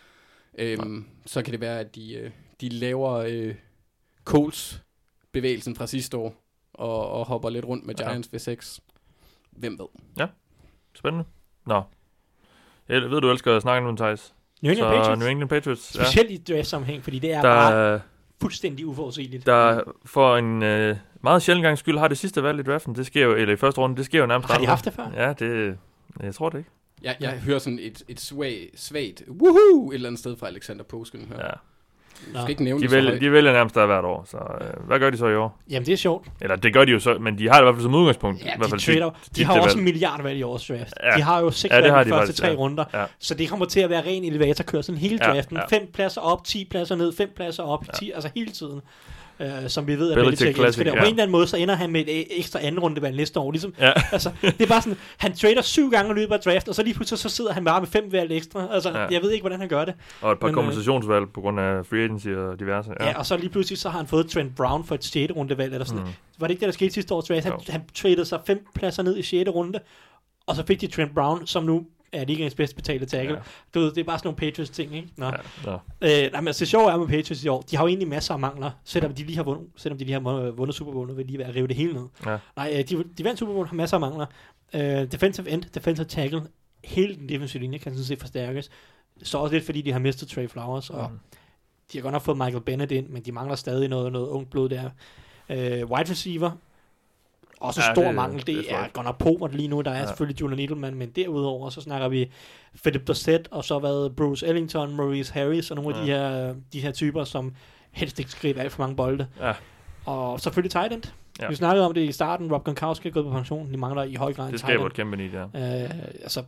Så kan det være, at de laver Colts bevægelsen fra sidste år, og hopper lidt rundt med Giants ved 6. Hvem ved? Ja, spændende. Nå. Jeg ved, du elsker at snakke om Thijs. New England Patriots. Specielt i draft-sammenhæng, fordi det er bare fuldstændig uforudsigeligt. Der for en meget sjældent gang skyld har det sidste valg i draften. Det sker jo, eller i første runde, det sker jo nærmest. Har de haft det før? Ja, jeg tror det ikke. Jeg hører sådan et svagt woohoo et eller andet sted fra Alexander Påsken her. Ja. Du skal ikke nævne de vælger nærmest der hvert år, så hvad gør de så i år? Jamen det er sjovt. Eller det gør de jo så, men de har det i hvert fald som udgangspunkt. Ja, i hvert fald de har også en milliardvalg i årets draft. Ja. De har jo 6 valg i de første 3 runder, så det kommer til at være ren elevatorkørsel hele draften. 5 pladser op, 10 pladser ned, 5 pladser op, 10, altså hele tiden. Som vi ved, at Belichick elsker det. Og på en eller anden måde, så ender han med et ekstra anden rundevalg næste år. Ligesom, altså, det er bare sådan, han trader 7 gange i løbet af draft, og så lige pludselig så sidder han bare med 5 valg ekstra. Altså, jeg ved ikke, hvordan han gør det. Og et par kompensationsvalg på grund af free agency og diverse. Ja, og så lige pludselig så har han fået Trent Brown for et 6. rundevalg eller sådan. Var det ikke det, der skete sidste års draft? Han tradede sig 5 pladser ned i 6. runde, og så fik de Trent Brown, som nu er ligaens bedst betalte tackle. Du ved, det er bare sådan nogle Patriots-ting, ikke? Nå. Nej, men det sjove er med Patriots i år, de har jo egentlig masser af mangler, selvom de lige har vundet Super Bowl, vil de være at rive det hele ned. Ja. Nej, de vandt Super Bowl, har masser af mangler. Defensive end, defensive tackle, hele den defensive linje kan sådan set forstærkes. Så også lidt, fordi de har mistet Trey Flowers, og de har godt nok fået Michael Bennett ind, men de mangler stadig noget ungt blod der. Wide receiver, også en stor mangel, det er godt nok Povert lige nu, der er selvfølgelig Julian Edelman, men derudover så snakker vi Philip Dorsett, og så været Bruce Ellington, Maurice Harris, og nogle af de her typer, som helst ikke skriver alt for mange bolde. Ja. Og selvfølgelig tight end. Ja. Vi snakkede om det i starten, Rob Gronkowski er gået på pension, de mangler i høj grad en tight end. Det skaber et kæmpe need, altså,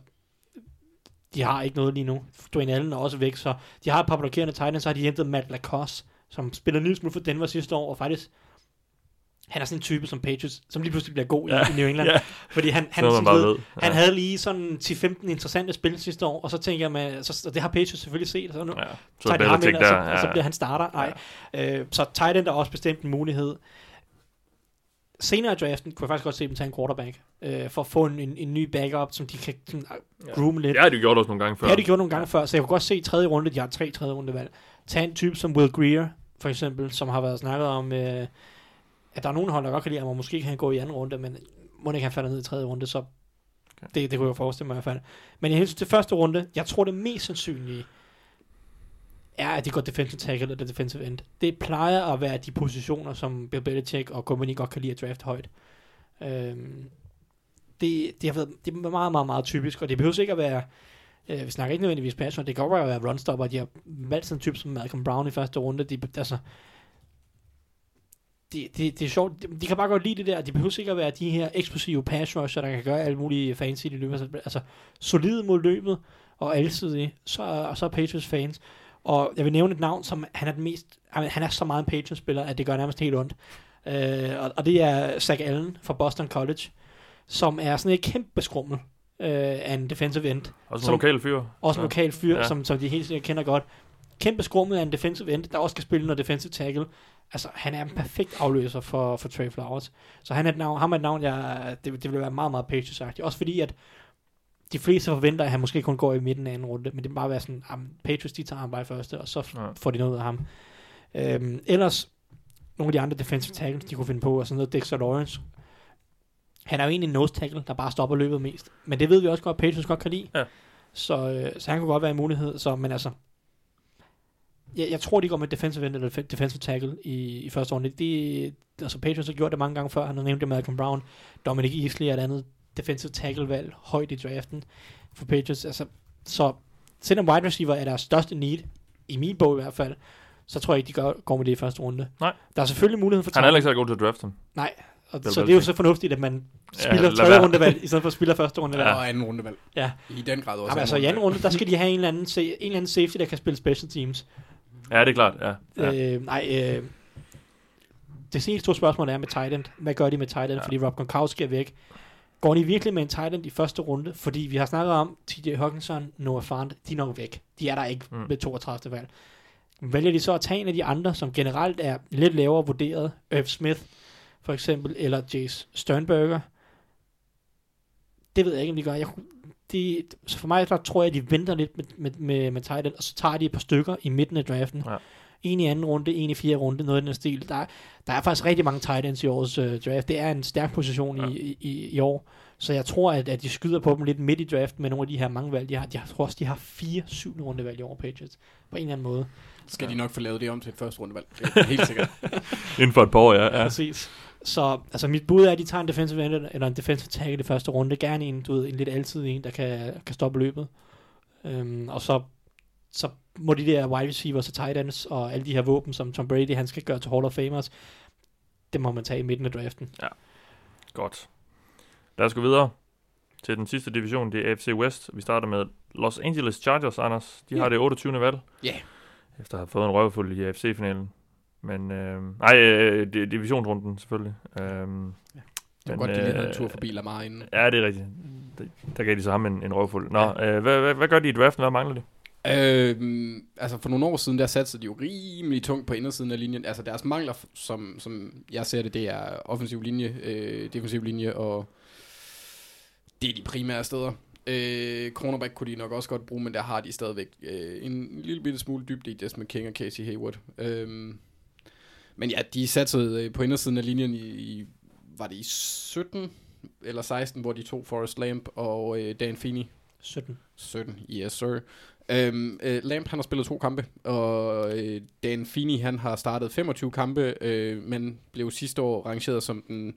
de har ikke noget lige nu. Dwayne Allen er også væk, så de har et par blokerende tight ends, så har de hentet Matt Lacoste, som spiller en lille smule for Denver sidste år, og faktisk han er sådan en type som Patriots, som lige pludselig bliver god i New England. Fordi han havde lige sådan 10-15 interessante spil sidste år, og så tænker jeg, så det har Patriots selvfølgelig set, så nu tager de ham ind, og så bliver han starter. Så tight end er også bestemt en mulighed. Senere i draften kunne jeg faktisk godt se dem tage en quarterback, for at få en ny backup, som de kan groome lidt. Det har de gjort også nogle gange før. Ja, de gjort nogle gange før, så jeg kunne godt se i 3. runde, de har 3 tredje rundevalg. Tag en type som Will Grier, for eksempel, som har været snakket om, at der er nogen hold, der godt kan lide, at man måske kan gå i 2. runde, men må ikke han falder ned i 3. runde, så det kunne jeg forestille mig i hvert fald. Men i hensyn til første runde, jeg tror det mest sandsynlige er, at de går defensive tackle eller defensive end. Det plejer at være de positioner, som Bill Belichick og company godt kan lide at drafte højt. Det er meget, meget, meget typisk, og det behøver ikke at være, vi snakker ikke nødvendigvis passer, det kan godt være runstopper, de har valgt sådan en type som Malcolm Brown i første runde, det er sjovt, de kan bare godt lide det der, de behøver ikke at være de her eksplosive pass rusher, der kan gøre alle mulige fancy i løbet, altså solide mod løbet, og alsidige, så er Patriots fans. Og jeg vil nævne et navn, som han er så meget en Patriots-spiller, at det gør nærmest helt ondt. Og det er Zach Allen fra Boston College, som er sådan et kæmpe skrummel af en defensive end. Også en lokal fyr. Også en lokal fyr, som de helt sikkert kender godt. Kæmpe skrummel af en defensive end, der også skal spille noget defensive tackle. Altså, han er en perfekt afløser for Trey Flowers. Så ham er et navn, det vil være meget, meget Patriots-agtigt. Også fordi, at de fleste forventer, at han måske kun går i midten af anden runde, men det må bare være sådan, Patriots, de tager ham bare i første, og så får de noget ud af ham. Ellers, nogle af de andre defensive tackles, de kunne finde på, og sådan noget Dexter Lawrence. Han er jo egentlig en nose tackle, der bare stopper løbet mest. Men det ved vi også godt, Patriots godt kan lide. Ja. Så han kunne godt være en mulighed. Men altså, jeg tror, de går med defensive end eller defensive tackle i første runde. Altså Patriots har gjort det mange gange før. Han har nævnt det Malcolm Brown. Dominic Easley er et andet defensive tackle-valg højt i draften for Patriots. Altså, så selvom wide receiver er deres største need, i min bog i hvert fald, så tror jeg ikke, de går med det i første runde. Nej. Der er selvfølgelig mulighed for... Han er heller ikke så god til at drafte ham. Nej, så det er jo så fornuftigt, at man spiller 3. rundevalg, i stedet for at spille første rundevalg. Og 2. rundevalg. Ja. I den grad også. Jamen, altså i 2. runde, der skal de have en eller anden safety, der kan spille special teams. Ja, det er klart, ja. Det seneste store spørgsmål er med tight end. Hvad gør de med tight end, fordi Rob Gronkowski er væk? Går de virkelig med en tight end i første runde? Fordi vi har snakket om TJ Hawkinson, Noah Fant, de er nok væk. De er der ikke med 32. valg. Vælger de så at tage en af de andre, som generelt er lidt lavere vurderet, Irv Smith for eksempel, eller Jace Sternberger? Det ved jeg ikke, om de gør. Så for mig, der tror jeg, at de venter lidt med tight end, og så tager de et par stykker i midten af draften. Ja. En i 2. runde, en i 4. runde, noget i den stil. Der er faktisk rigtig mange tight ends i årets draft. Det er en stærk position i år. Så jeg tror, at de skyder på dem lidt midt i draften med nogle af de her mange valg. Jeg tror også, de har 4 7. rundevalg i år, Patriots. På en eller anden måde. Skal de nok få lavet det om til et første rundevalg. Det er helt sikkert. Inden for et par år, ja. Præcis. Så altså, mit bud er, at de tager en defensive end eller en defensive tackle i første runde. Gerne en lidt altid en, der kan stoppe løbet. Og så må de der wide receivers og tight ends og alle de her våben, som Tom Brady han skal gøre til Hall of Famers, det må man tage i midten af draften. Ja, godt. Lad os gå videre til den sidste division, det er AFC West. Vi starter med Los Angeles Chargers, Anders. De har det 28. valg. Ja. Efter at have fået en røvfuld i AFC-finalen. Men, divisionsrunden selvfølgelig. Det var godt, de lige havde en tur forbi Lamar inden. Ja, det er rigtigt. Der gav de så ham en røvfuld. Nå, hvad gør de i draften? Hvad mangler de? Altså for nogle år siden, der satte de jo rimelig tungt på indersiden af linjen. Altså deres mangler, som jeg ser det er offensiv linje, defensiv linje, og det er de primære steder. Cornerback kunne de nok også godt bruge, men der har de stadigvæk en lille bitte smule dybde i Desmond King og Casey Hayward. Men ja, de satte på indersiden af linjen var det i 17 eller 16, hvor de tog Forrest Lamp og Dan Feeney. 17, yes sir. Lamp han har spillet 2 kampe, og Dan Feeney han har startet 25 kampe, men blev sidste år rangeret som den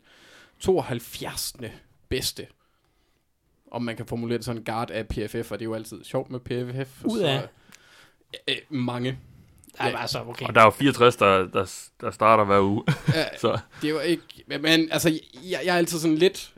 72. bedste, om man kan formulere det sådan, guard af PFF, og det er jo altid sjovt med PFF. Ud af? Mange. Ja, altså, okay. Og der er jo 64, der starter hver uge. Så. Det er jo ikke... Men altså, jeg er altid sådan lidt...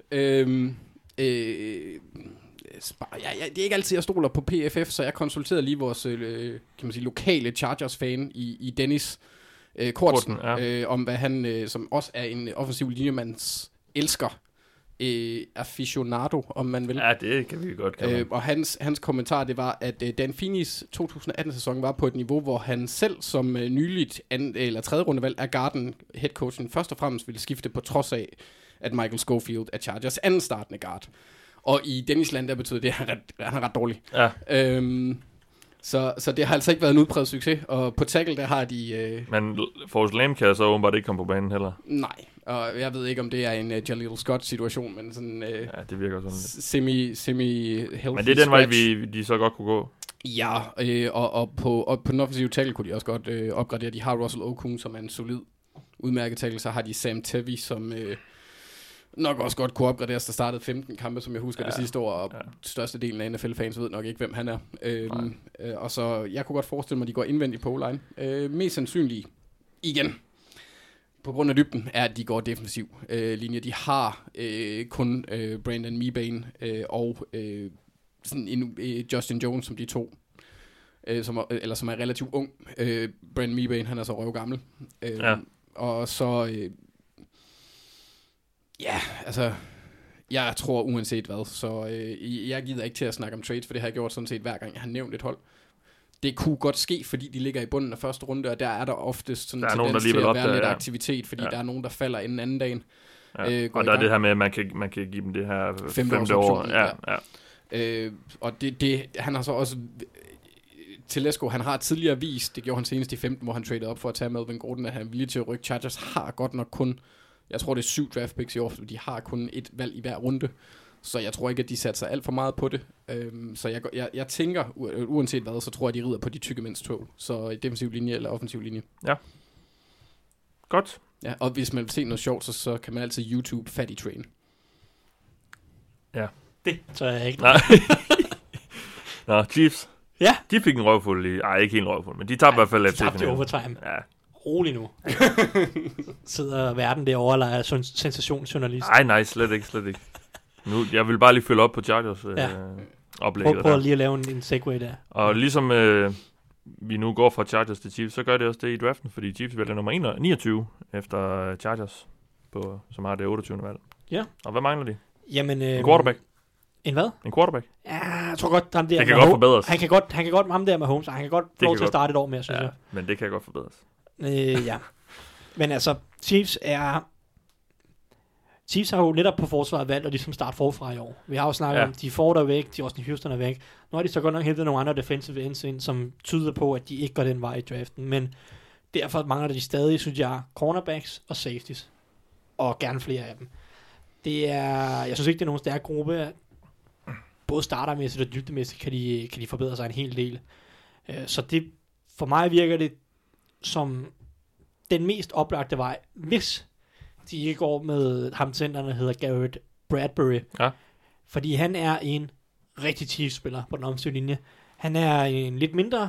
det er ikke altid, jeg stoler på PFF, så jeg konsulterede lige vores kan man sige, lokale Chargers-fan i Dennis Kortsen, om hvad han, som også er en offensiv linjemands elsker, aficionado, om man vil. Ja, det kan vi godt. Og hans kommentar, det var, at Dan Feeneys 2018-sæson var på et niveau, hvor han selv som nyligt eller 3. rundevalg af Garden headcoachen først og fremmest ville skifte på trods af, at Michael Schofield er Chargers anden startende guard. Og i Dennis land, der betyder det, at han er ret dårlig. Ja. Så det har altså ikke været en udpræget succes, og på tackle, der har de... Men Forrest Lamb kan så åbenbart ikke komme på banen heller. Nej, og jeg ved ikke, om det er en Jaleel Scott-situation, men sådan... Ja, det virker sådan lidt. Semi-healthy. Men det er den vej, de så godt kunne gå. Ja, og på den offensive tackle kunne de også godt opgradere. De har Russell Okung, som er en solid udmærket tackle. Så har de Sam Tevi, som nok også godt kunne opgraderes. Der startede 15 kampe, som jeg husker det sidste år, og størstedelen af NFL-fans ved nok ikke, hvem han er. Og så jeg kunne godt forestille mig, at de går indvendigt på O-line. Mest sandsynligt igen, på grund af dybden, er, at de går defensiv linje. De har kun Brandon Mebane og sådan en Justin Jones, som de to, som er relativt ung. Brandon Mebane, han er så røvgammel. Og så... altså... Jeg tror uanset hvad, så jeg gider ikke til at snakke om trades, for det har jeg gjort sådan set hver gang, jeg har nævnt et hold. Det kunne godt ske, fordi de ligger i bunden af første runde, og der er der oftest sådan en tendens til at være lidt aktivitet, fordi der er nogen, der falder inden anden dagen. Og der er det her med, at man kan give dem det her femte år. Og han har så også... Telesco, han har tidligere vist, det gjorde han senest i 15, hvor han traded op for at tage Melvin Gordon, at han er villig til at rykke. Chargers har godt nok kun, jeg tror det er 7 draft picks i år, for de har kun et valg i hver runde. Så jeg tror ikke, at de satser alt for meget på det. Så jeg tænker, uanset hvad, så tror jeg, de rider på de tykke mænds tog. Så defensiv linje eller offensiv linje. Ja. Godt. Ja, og hvis man vil se noget sjovt, så kan man altid YouTube Fatty Train. Ja. Det tror jeg ikke. Nej. Nå, Chiefs. Ja. De fik en røvfuld i... Ej, ikke helt en røvfuld, men de tabte i hvert fald FC. De tabte overtime. Ja. Rolig nu. Sidder verden derovre og leger sensationsjournalist. Nej, slet ikke. Nu, jeg vil bare lige følge op på Chargers oplægget. Prøv lige at lave en segue der. Og ligesom vi nu går fra Chargers til Chiefs, så gør det også det i draften, fordi Chiefs vælger nummer 29 efter Chargers, som har det 28. valg. Ja. Og hvad mangler de? Jamen, en quarterback. En hvad? En quarterback. Ja, jeg tror godt, ham der... Det kan godt forbedres. Han kan godt ham der med Holmes, han kan godt få lov til at starte et år mere, synes jeg. Men det kan godt forbedres. Ja. Men altså, Chiefs har jo netop på forsvaret valgt at ligesom starte forfra i år. Vi har jo snakket om, de Ford er væk, de Austin Houston er væk. Nu har de så godt nok hentet nogle andre defensive ends ind, som tyder på, at de ikke går den vej i draften. Men derfor mangler de stadig, synes jeg, cornerbacks og safeties. Og gerne flere af dem. Jeg synes ikke, det er nogen stærk gruppe. Både startermæssigt og dybdemæssigt kan de forbedre sig en hel del. Så det, for mig virker det som den mest oplagte vej, hvis de ikke går med ham centeren, der hedder Garrett Bradbury. Ja. Fordi han er en rigtig Chiefs-spiller på den omstøtte linje. Han er en lidt mindre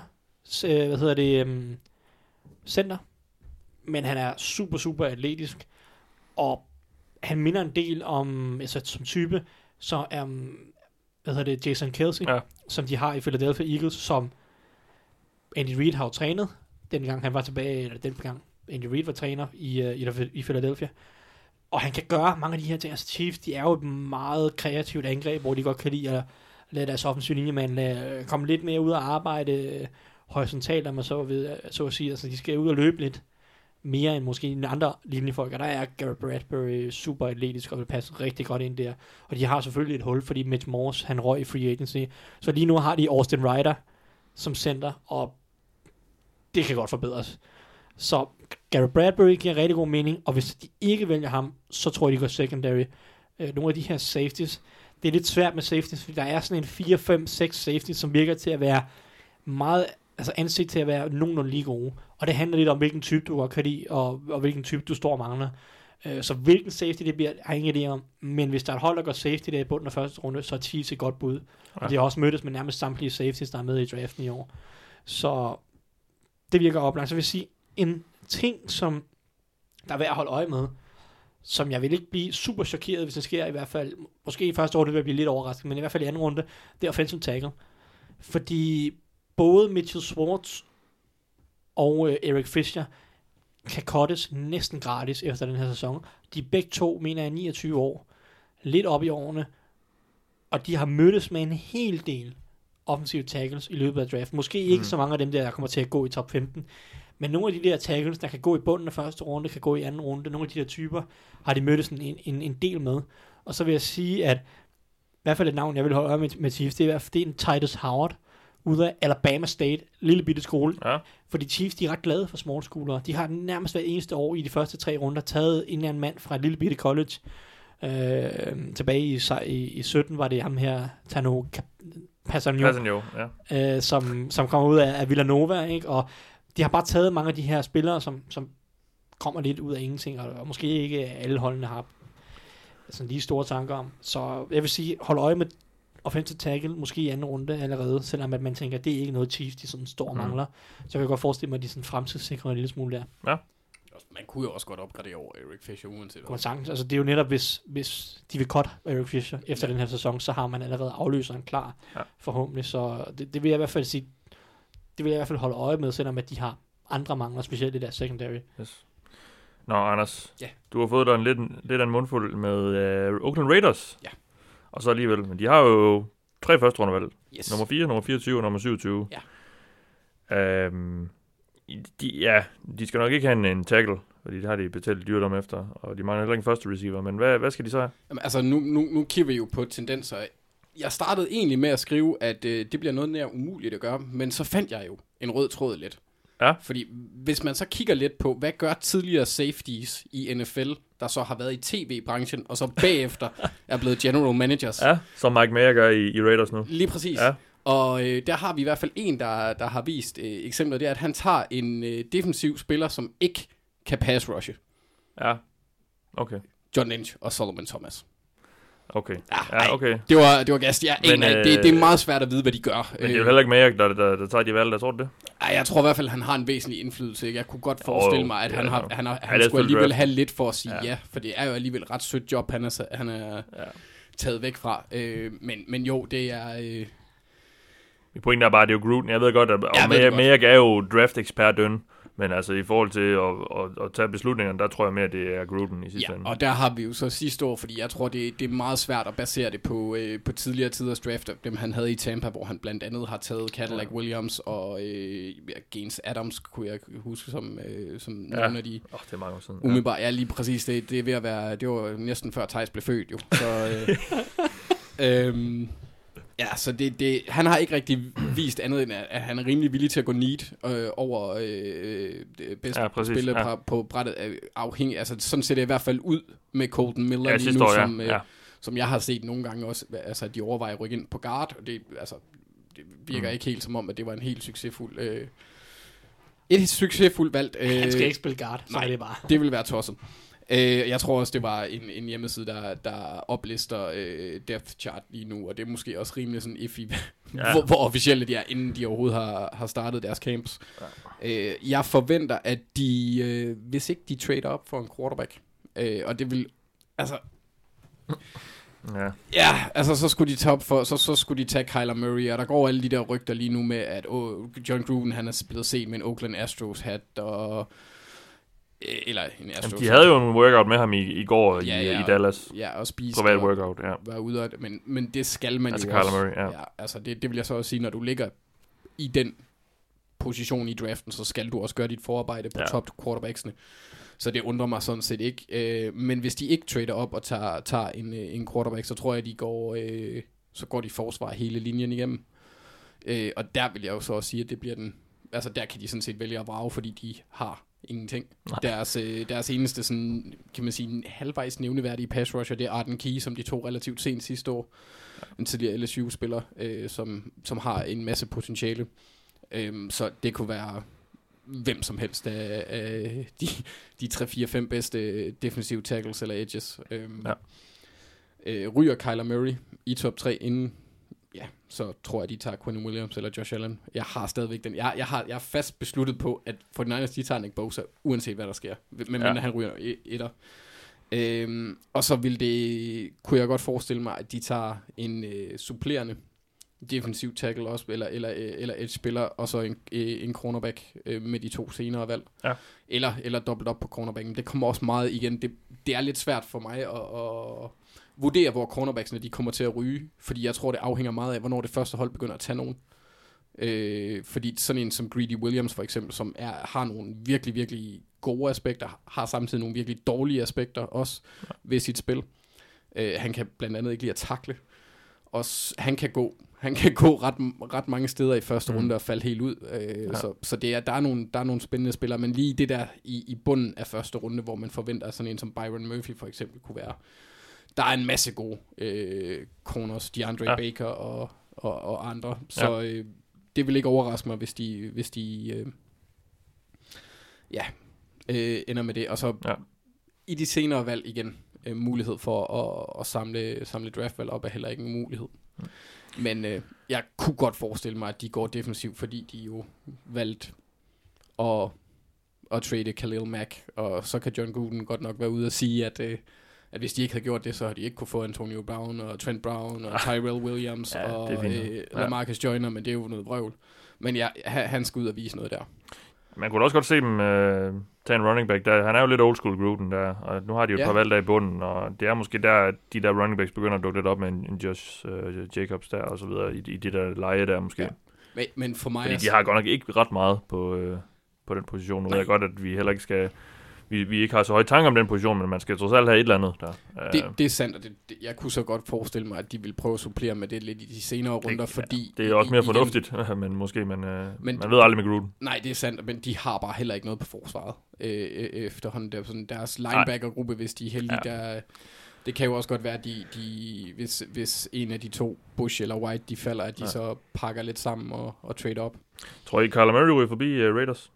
center, men han er super, super atletisk, og han minder en del om, altså som type, så er Jason Kelce, som de har i Philadelphia Eagles, som Andy Reid har jo trænet, dengang han var tilbage, eller dengang Andy Reid var træner i Philadelphia. Og han kan gøre mange af de her ting. Altså Chiefs, de er jo et meget kreativt angreb, hvor de godt kan lide at lade deres offensive linjemand komme lidt mere ud og arbejde horisontalt, om man så at sige. Altså de skal ud og løbe lidt mere end måske en andre linjefolk. Og der er Garrett Bradbury super atletisk og vil passe rigtig godt ind der. Og de har selvfølgelig et hul, fordi Mitch Morse, han røg i free agency. Så lige nu har de Austin Ryder som center, og det kan godt forbedres. Så Garrett Bradbury giver rigtig god mening, og hvis de ikke vælger ham, så tror jeg, de går secondary. Nogle af de her safeties, det er lidt svært med safeties, fordi der er sådan en 4, 5, 6 safeties, som virker til at være meget, altså ansigt til at være nogenlunde lige gode. Og det handler lidt om, hvilken type du godt kan lide, og hvilken type du står og mangler. Så hvilken safety det bliver, har jeg ingen idé om. Men hvis der er et hold, der går safety der i bunden af første runde, så er Chiefs et godt bud. Og de har også mødtes med nærmest samtlige safeties, der er med i draften i år. Så det virker oplagt. Så vil jeg sige, en ting, som der er værd at holde øje med, som jeg vil ikke blive super chokeret, hvis det sker i hvert fald, måske i første runde vil jeg blive lidt overrasket, men i hvert fald i anden runde, det er offensive tackle. Fordi både Mitchell Schwartz og Eric Fisher kan cuttes næsten gratis efter den her sæson. De begge to, mener jeg, 29 år, lidt op i årene, og de har mødtes med en hel del offensive tackles i løbet af draften. Måske ikke så mange af dem der kommer til at gå i top 15, men nogle af de der tackles, der kan gå i bunden af første runde, kan gå i anden runde, nogle af de der typer, har de mødtes en del med. Og så vil jeg sige, at i hvert fald et navn, jeg vil holde øje med Chiefs, det er en Titus Howard, ud af Alabama State, lille bitte skole. Ja. Fordi Chiefs, de er ret glade for small schooler. De har nærmest hver eneste år i de første 3 runder taget en eller anden mand fra et lille bitte college. Tilbage i 17 var det ham her, Tano Passanio, som kommer ud af Villanova, ikke? Og de har bare taget mange af de her spillere, som kommer lidt ud af ingenting, og måske ikke alle holdene har sådan lige store tanker om. Så jeg vil sige, hold øje med offensive tackle, måske i anden runde allerede, selvom at man tænker, at det er ikke noget Chiefs, de sådan står og mangler. Så jeg kan godt forestille mig, at de sådan fremtidssikrer en lille smule der. Ja. Man kunne jo også godt opgradere over Eric Fisher uanset. Altså det er jo netop, hvis de vil cut Eric Fisher efter den her sæson, så har man allerede afløseren klar, forhåbentlig. Så det vil jeg i hvert fald sige, det vil jeg i hvert fald holde øje med, selvom at de har andre mangler, specielt i deres secondary. Yes. Nå, Anders, du har fået dig lidt af en mundfuld med Oakland Raiders. Ja. Og så alligevel, men de har jo 3 første rundevalg. Yes. Nummer 4, nummer 24 og nummer 27. Ja. De skal nok ikke have en tackle, fordi det har de betalt dyrt om efter, og de mangler heller ikke en første receiver, men hvad skal de så have? Jamen, altså, nu kigger vi jo på tendenser. Jeg startede egentlig med at skrive, at det bliver noget nær umuligt at gøre, men så fandt jeg jo en rød tråd lidt. Ja. Fordi hvis man så kigger lidt på, hvad gør tidligere safeties i NFL, der så har været i tv-branchen, og så bagefter er blevet general managers. Ja, som Mike Mayer gør i Raiders nu. Lige præcis. Ja. Og der har vi i hvert fald en, der har vist eksempler, det er, at han tager en defensiv spiller, som ikke kan pass rushe. Ja, okay. John Lynch og Solomon Thomas. Okay. Ja, okay. Det var gas. Det er meget svært at vide, hvad de gør. Men det er jo heller ikke Mayer, der tager de valg, der tror du det? Ej, jeg tror i hvert fald, han har en væsentlig indflydelse. Jeg kunne godt forestille mig, at han skulle alligevel have lidt for at sige ja. For det er jo alligevel et ret sødt job, han er taget væk fra. Men jo, det er... Mit pointe er bare, det er jo Gruden. Jeg ved godt, at Mayer er jo draft-ekspert, men altså i forhold til at tage beslutningerne, der tror jeg mere, det er Gruden i sidste ende. Og der har vi jo så sidste år, fordi jeg tror, det er meget svært at basere det på tidligere tiders draft, dem han havde i Tampa, hvor han blandt andet har taget Cadillac Williams og Gaines Adams, kunne jeg huske, som nogle af de... det er mange år siden. Umiddelbart, ja, lige præcis. Det er ved at være... Det var næsten før Theis blev født, jo. Så... Ja, så han har ikke rigtig vist andet end, at han er rimelig villig til at gå neat over bedste spille på brættet. Afhængig, altså sådan ser det i hvert fald ud med Colton Miller lige nu, som jeg har set nogle gange også. Altså, de overvejer at rykke ind på guard, og det virker ikke helt som om, at det var en helt succesfuld... et succesfuldt valgt... han skal ikke spille guard, så nej, det bare. Det vil være tosset. Jeg tror også, det var en hjemmeside, der oplister depth chart lige nu, og det er måske også rimelig sådan iffy, hvor officielle de er, inden de overhovedet har startet deres camps. Ja. Jeg forventer, at de, hvis ikke de trader op for en quarterback, og det vil, altså... altså så skulle de tage op for, så skulle de tage Kyler Murray, og der går alle de der rygter lige nu med, at John Gruden, han er blevet set med en Oakland Astros hat, og... Eller en Astros. De havde jo en workout med ham i går i Dallas. Ja, og spise. Privat workout, ja. Var ude af det, men det skal man altså jo også. Kyler Murray, ja. Altså det vil jeg så også sige, når du ligger i den position i draften, så skal du også gøre dit forarbejde på top quarterbacksene. Så det undrer mig sådan set ikke. Men hvis de ikke trader op og tager en quarterback, så tror jeg, så går de forsvar hele linjen igennem. Og der vil jeg jo så også sige, at det bliver altså der kan de sådan set vælge at vrage, fordi de har ingenting. Deres eneste sådan, kan man sige, halvvejs nævneværdige pass rusher, det er Arden Key, som de tog relativt sent sidste år. En tidligere LSU-spiller, som har en masse potentiale. Så det kunne være hvem som helst af de 3-4-5 bedste defensive tackles eller edges. Ryger Kyler Murray i top 3 inden, så tror jeg, de tager Quinn Williams eller Josh Allen. Jeg har stadigvæk den. Jeg er fast besluttet på, at 49ers, de tager Nick Bosa, uanset hvad der sker. Men han ryger etter. Og så kunne jeg godt forestille mig, at de tager en supplerende defensiv tackle også, eller et spiller, og så en cornerback med de 2 senere valg. Ja. Eller dobbelt op på cornerbacken. Det kommer også meget igen. Det er lidt svært for mig at vurdere, hvor cornerbacksene de kommer til at ryge, fordi jeg tror, det afhænger meget af, hvornår det første hold begynder at tage nogen. Fordi sådan en som Greedy Williams for eksempel, som har nogle virkelig, virkelig gode aspekter, har samtidig nogle virkelig dårlige aspekter også ved sit spil. Han kan blandt andet ikke lide at takle. han kan gå ret mange steder i første runde og falde helt ud. Så der er nogle spændende spillere, men lige det der i bunden af første runde, hvor man forventer, at sådan en som Byron Murphy for eksempel kunne være. Der er en masse gode corners, DeAndre Baker og andre. Så det vil ikke overraske mig, hvis de ender med det. Og så i de senere valg igen, mulighed for at samle draftvalg op er heller ikke en mulighed. Men jeg kunne godt forestille mig, at de går defensivt, fordi de jo valgt at trade Khalil Mack, og så kan John Gruden godt nok være ude og sige, at hvis de ikke havde gjort det, så har de ikke kunne få Antonio Brown og Trent Brown og Tyrell Williams og LaMarcus Joyner, men det er jo noget vrøvl. Men han skal ud og vise noget der. Man kunne også godt se dem tage en running back der. Han er jo lidt old school Gruden der, og nu har de jo et par valg der i bunden, og det er måske der, at de der running backs begynder at dukke lidt op med en Josh Jacobs der og så videre, i det der leje der måske. Ja. Men for mig... Fordi de har godt nok ikke ret meget på den position. Nu ved jeg godt, at vi heller ikke skal... Vi ikke har så høje tanker om den position, men man skal trods alt have et eller andet der. Det er sandt, og jeg kunne så godt forestille mig, at de vil prøve at supplere med det lidt i de senere runder, fordi... Det er også mere fornuftigt, men måske, man ved aldrig med Gruden. Nej, det er sandt, men de har bare heller ikke noget på forsvaret efterhånden. Der, sådan deres linebacker-gruppe, hvis de er heldige, der... Det kan jo også godt være, at hvis en af de to, Bush eller White, de falder, at de så pakker lidt sammen og trade op. Tror I, Kyler Murray ryger forbi Raiders?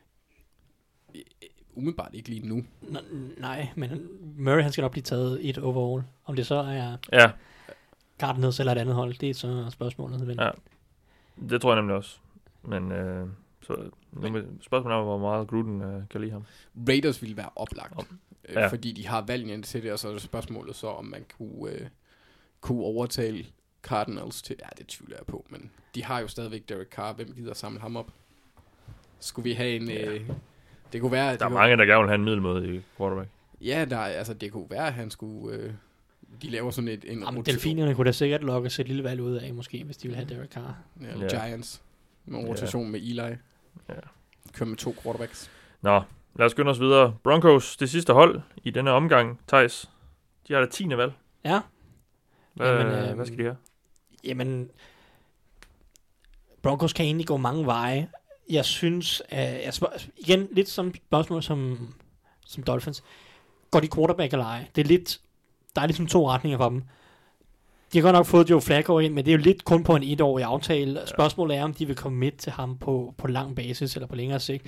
Umiddelbart ikke lige nu. Nej, men Murray han skal nok blive taget et overall. Om det så er Cardinals eller et andet hold, det er så spørgsmålet. Ja, det tror jeg nemlig også. Men spørgsmålet er, hvor meget Gruden kan lide ham. Raiders ville være oplagt, fordi de har valgene til det, og så er det spørgsmålet så, om man kunne overtale Cardinals til... Ja, det tvivler jeg på, men de har jo stadigvæk Derek Carr. Hvem gider samle ham op? Skulle vi have en... Det kunne være, der er mange, der gerne vil have en middelmåde i quarterback. Ja, det kunne være, at han skulle... de laver sådan en rotation. Delfinerne kunne da sikkert lokke sig et lille valg ud af, måske, hvis de vil have Derek Carr. Ja, Giants. Med en rotation med Eli. Ja. Kører med 2 quarterbacks. Nå, lad os skynde os videre. Broncos, det sidste hold i denne omgang. Theis, de har da 10. valg. Ja. Hvad skal de have? Jamen, Broncos kan egentlig gå mange veje. Jeg synes, igen, lidt som spørgsmål som Dolphins, går de quarterback eller ej? Det er lidt, der er ligesom 2 retninger for dem. De har godt nok fået Joe Flacco ind, men det er jo lidt kun på en 1-årig aftale. Ja. Spørgsmålet er, om de vil komme midt til ham på lang basis, eller på længere sigt.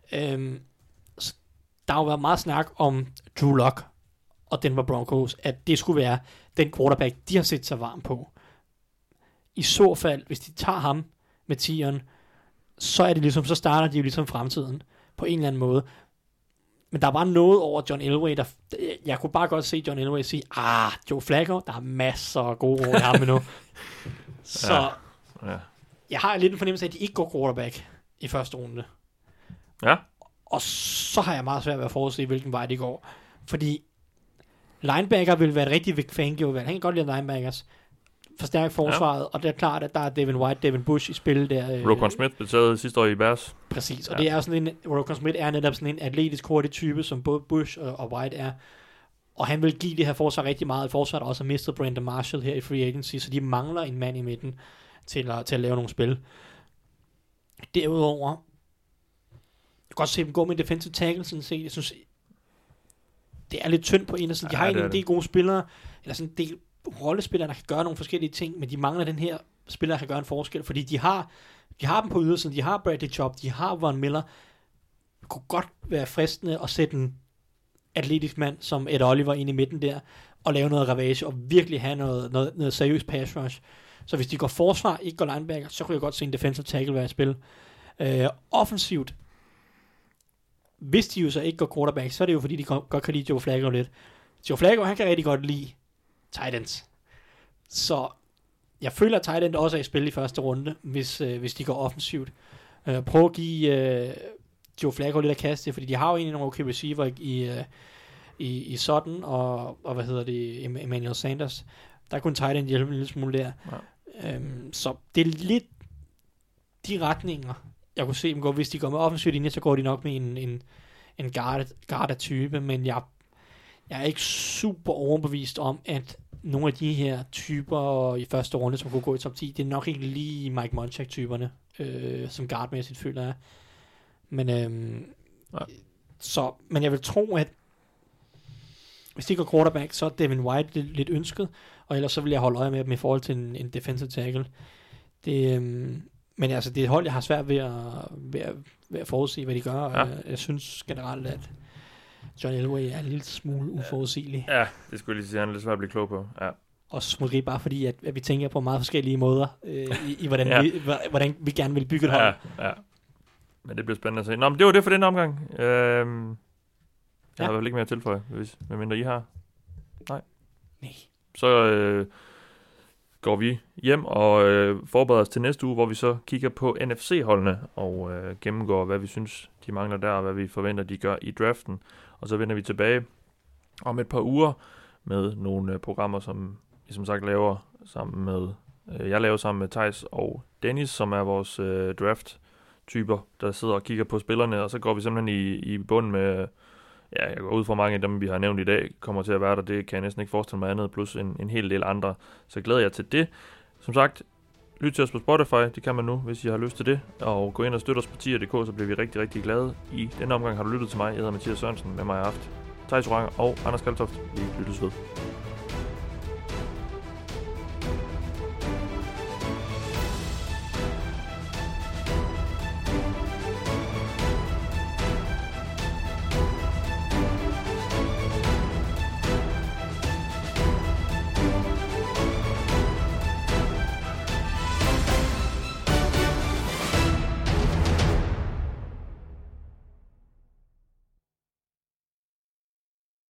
Der har jo været meget snak om Drew Lock og Denver Broncos, at det skulle være den quarterback, de har set sig varm på. I så fald, hvis de tager ham med 10'eren, så er det ligesom, så starter de jo ligesom fremtiden på en eller anden måde. Men der er bare noget over John Elway, jeg kunne bare godt se John Elway sige, Joe Flacco, der er masser af gode ord i ham endnu. Så jeg har lidt en fornemmelse af, at de ikke går quarterback i første runde. Ja. Og så har jeg meget svært ved at forudse, hvilken vej det går. Fordi linebacker vil være et rigtig Vic Fangio-valg. Han kan godt lide linebackers. Forstærke forsvaret, og det er klart, at der er Devin White, Devin Bush i spil der. Roquan Smith blev taget sidste år i Bears. Præcis, og det er sådan en, Roquan Smith er netop sådan en atletisk hurtig type, som både Bush og White er. Og han vil give det her forsvar rigtig meget. Et forsvar, der også har mistet Brandon Marshall her i free agency, så de mangler en mand i midten til at lave nogle spil. Derudover, jeg kan godt se dem gå med defensive tackle, sådan set. Jeg synes, det er lidt tyndt på en af sådan. De har en del gode spillere, eller sådan en del rollespillere, der kan gøre nogle forskellige ting, men de mangler den her spiller, der kan gøre en forskel, fordi de har dem på ydersiden, de har Bradley Chubb, de har Von Miller. Det kunne godt være fristende at sætte en atletisk mand som Ed Oliver ind i midten der, og lave noget ravage, og virkelig have noget seriøst pass rush. Så hvis de går forsvar, ikke går linebacker, så kunne jeg godt se en defensive tackle være i spil. Offensivt, hvis de jo så ikke går quarterback, så er det jo fordi, de godt kan lide Joe Flacco lidt. Joe Flacco, han kan rigtig godt lide tight ends. Så jeg føler, at tight end også er i spil i første runde, hvis de går offensivt. Prøv at give Joe Flacco lidt at kaste, fordi de har jo egentlig nogle okay receiver i Sutton og hvad hedder det, Emmanuel Sanders. Der kunne tight end hjælpe en lille smule der. Ja. Så det er lidt de retninger, jeg kunne se dem gå. Hvis de går med offensiv linje, så går de nok med en guard-type, men jeg er ikke super overbevist om, at nogle af de her typer i første runde, som kunne gå i top 10, det er nok ikke lige Mike Munchak-typerne, som guardmæssigt føler jeg. Men, men jeg vil tro, at hvis det går quarterback, så er Devin White lidt ønsket, og ellers så vil jeg holde øje med dem i forhold til en defensive tackle. Men altså, det er et hold, jeg har svært ved at forudse, hvad de gør, og jeg synes generelt, at John Elway er en lille smule uforudsigelig. Ja, det skulle jeg lige sige, han er lidt svært at blive klog på. Ja. Også måske bare fordi, at vi tænker på meget forskellige måder, i hvordan, hvordan vi gerne vil bygge et hold. Ja. Men det bliver spændende at se. Nå, men det var det for den omgang. Jeg har vel ikke mere at tilføje, medmindre I har. Nej. Så går vi hjem og forbereder os til næste uge, hvor vi så kigger på NFC-holdene og gennemgår, hvad vi synes, de mangler der, og hvad vi forventer, de gør i draften. Og så vender vi tilbage om et par uger med nogle programmer, som vi som sagt laver sammen med, jeg laver sammen med Thijs og Dennis, som er vores draft-typer, der sidder og kigger på spillerne, og så går vi simpelthen i bunden med, jeg går ud fra mange af dem, vi har nævnt i dag, kommer til at være der. Det kan jeg næsten ikke forestille mig andet, plus en hel del andre. Så glæder jeg til det. Som sagt, lyt til os på Spotify, det kan man nu, hvis I har lyst til det. Og gå ind og støtte os på tier.dk, så bliver vi rigtig, rigtig glade. I denne omgang har du lyttet til mig. Jeg hedder Mathias Sørensen, med mig i aften. Thijs Oranger og Anders Kaltoft. Vi lyttes ved.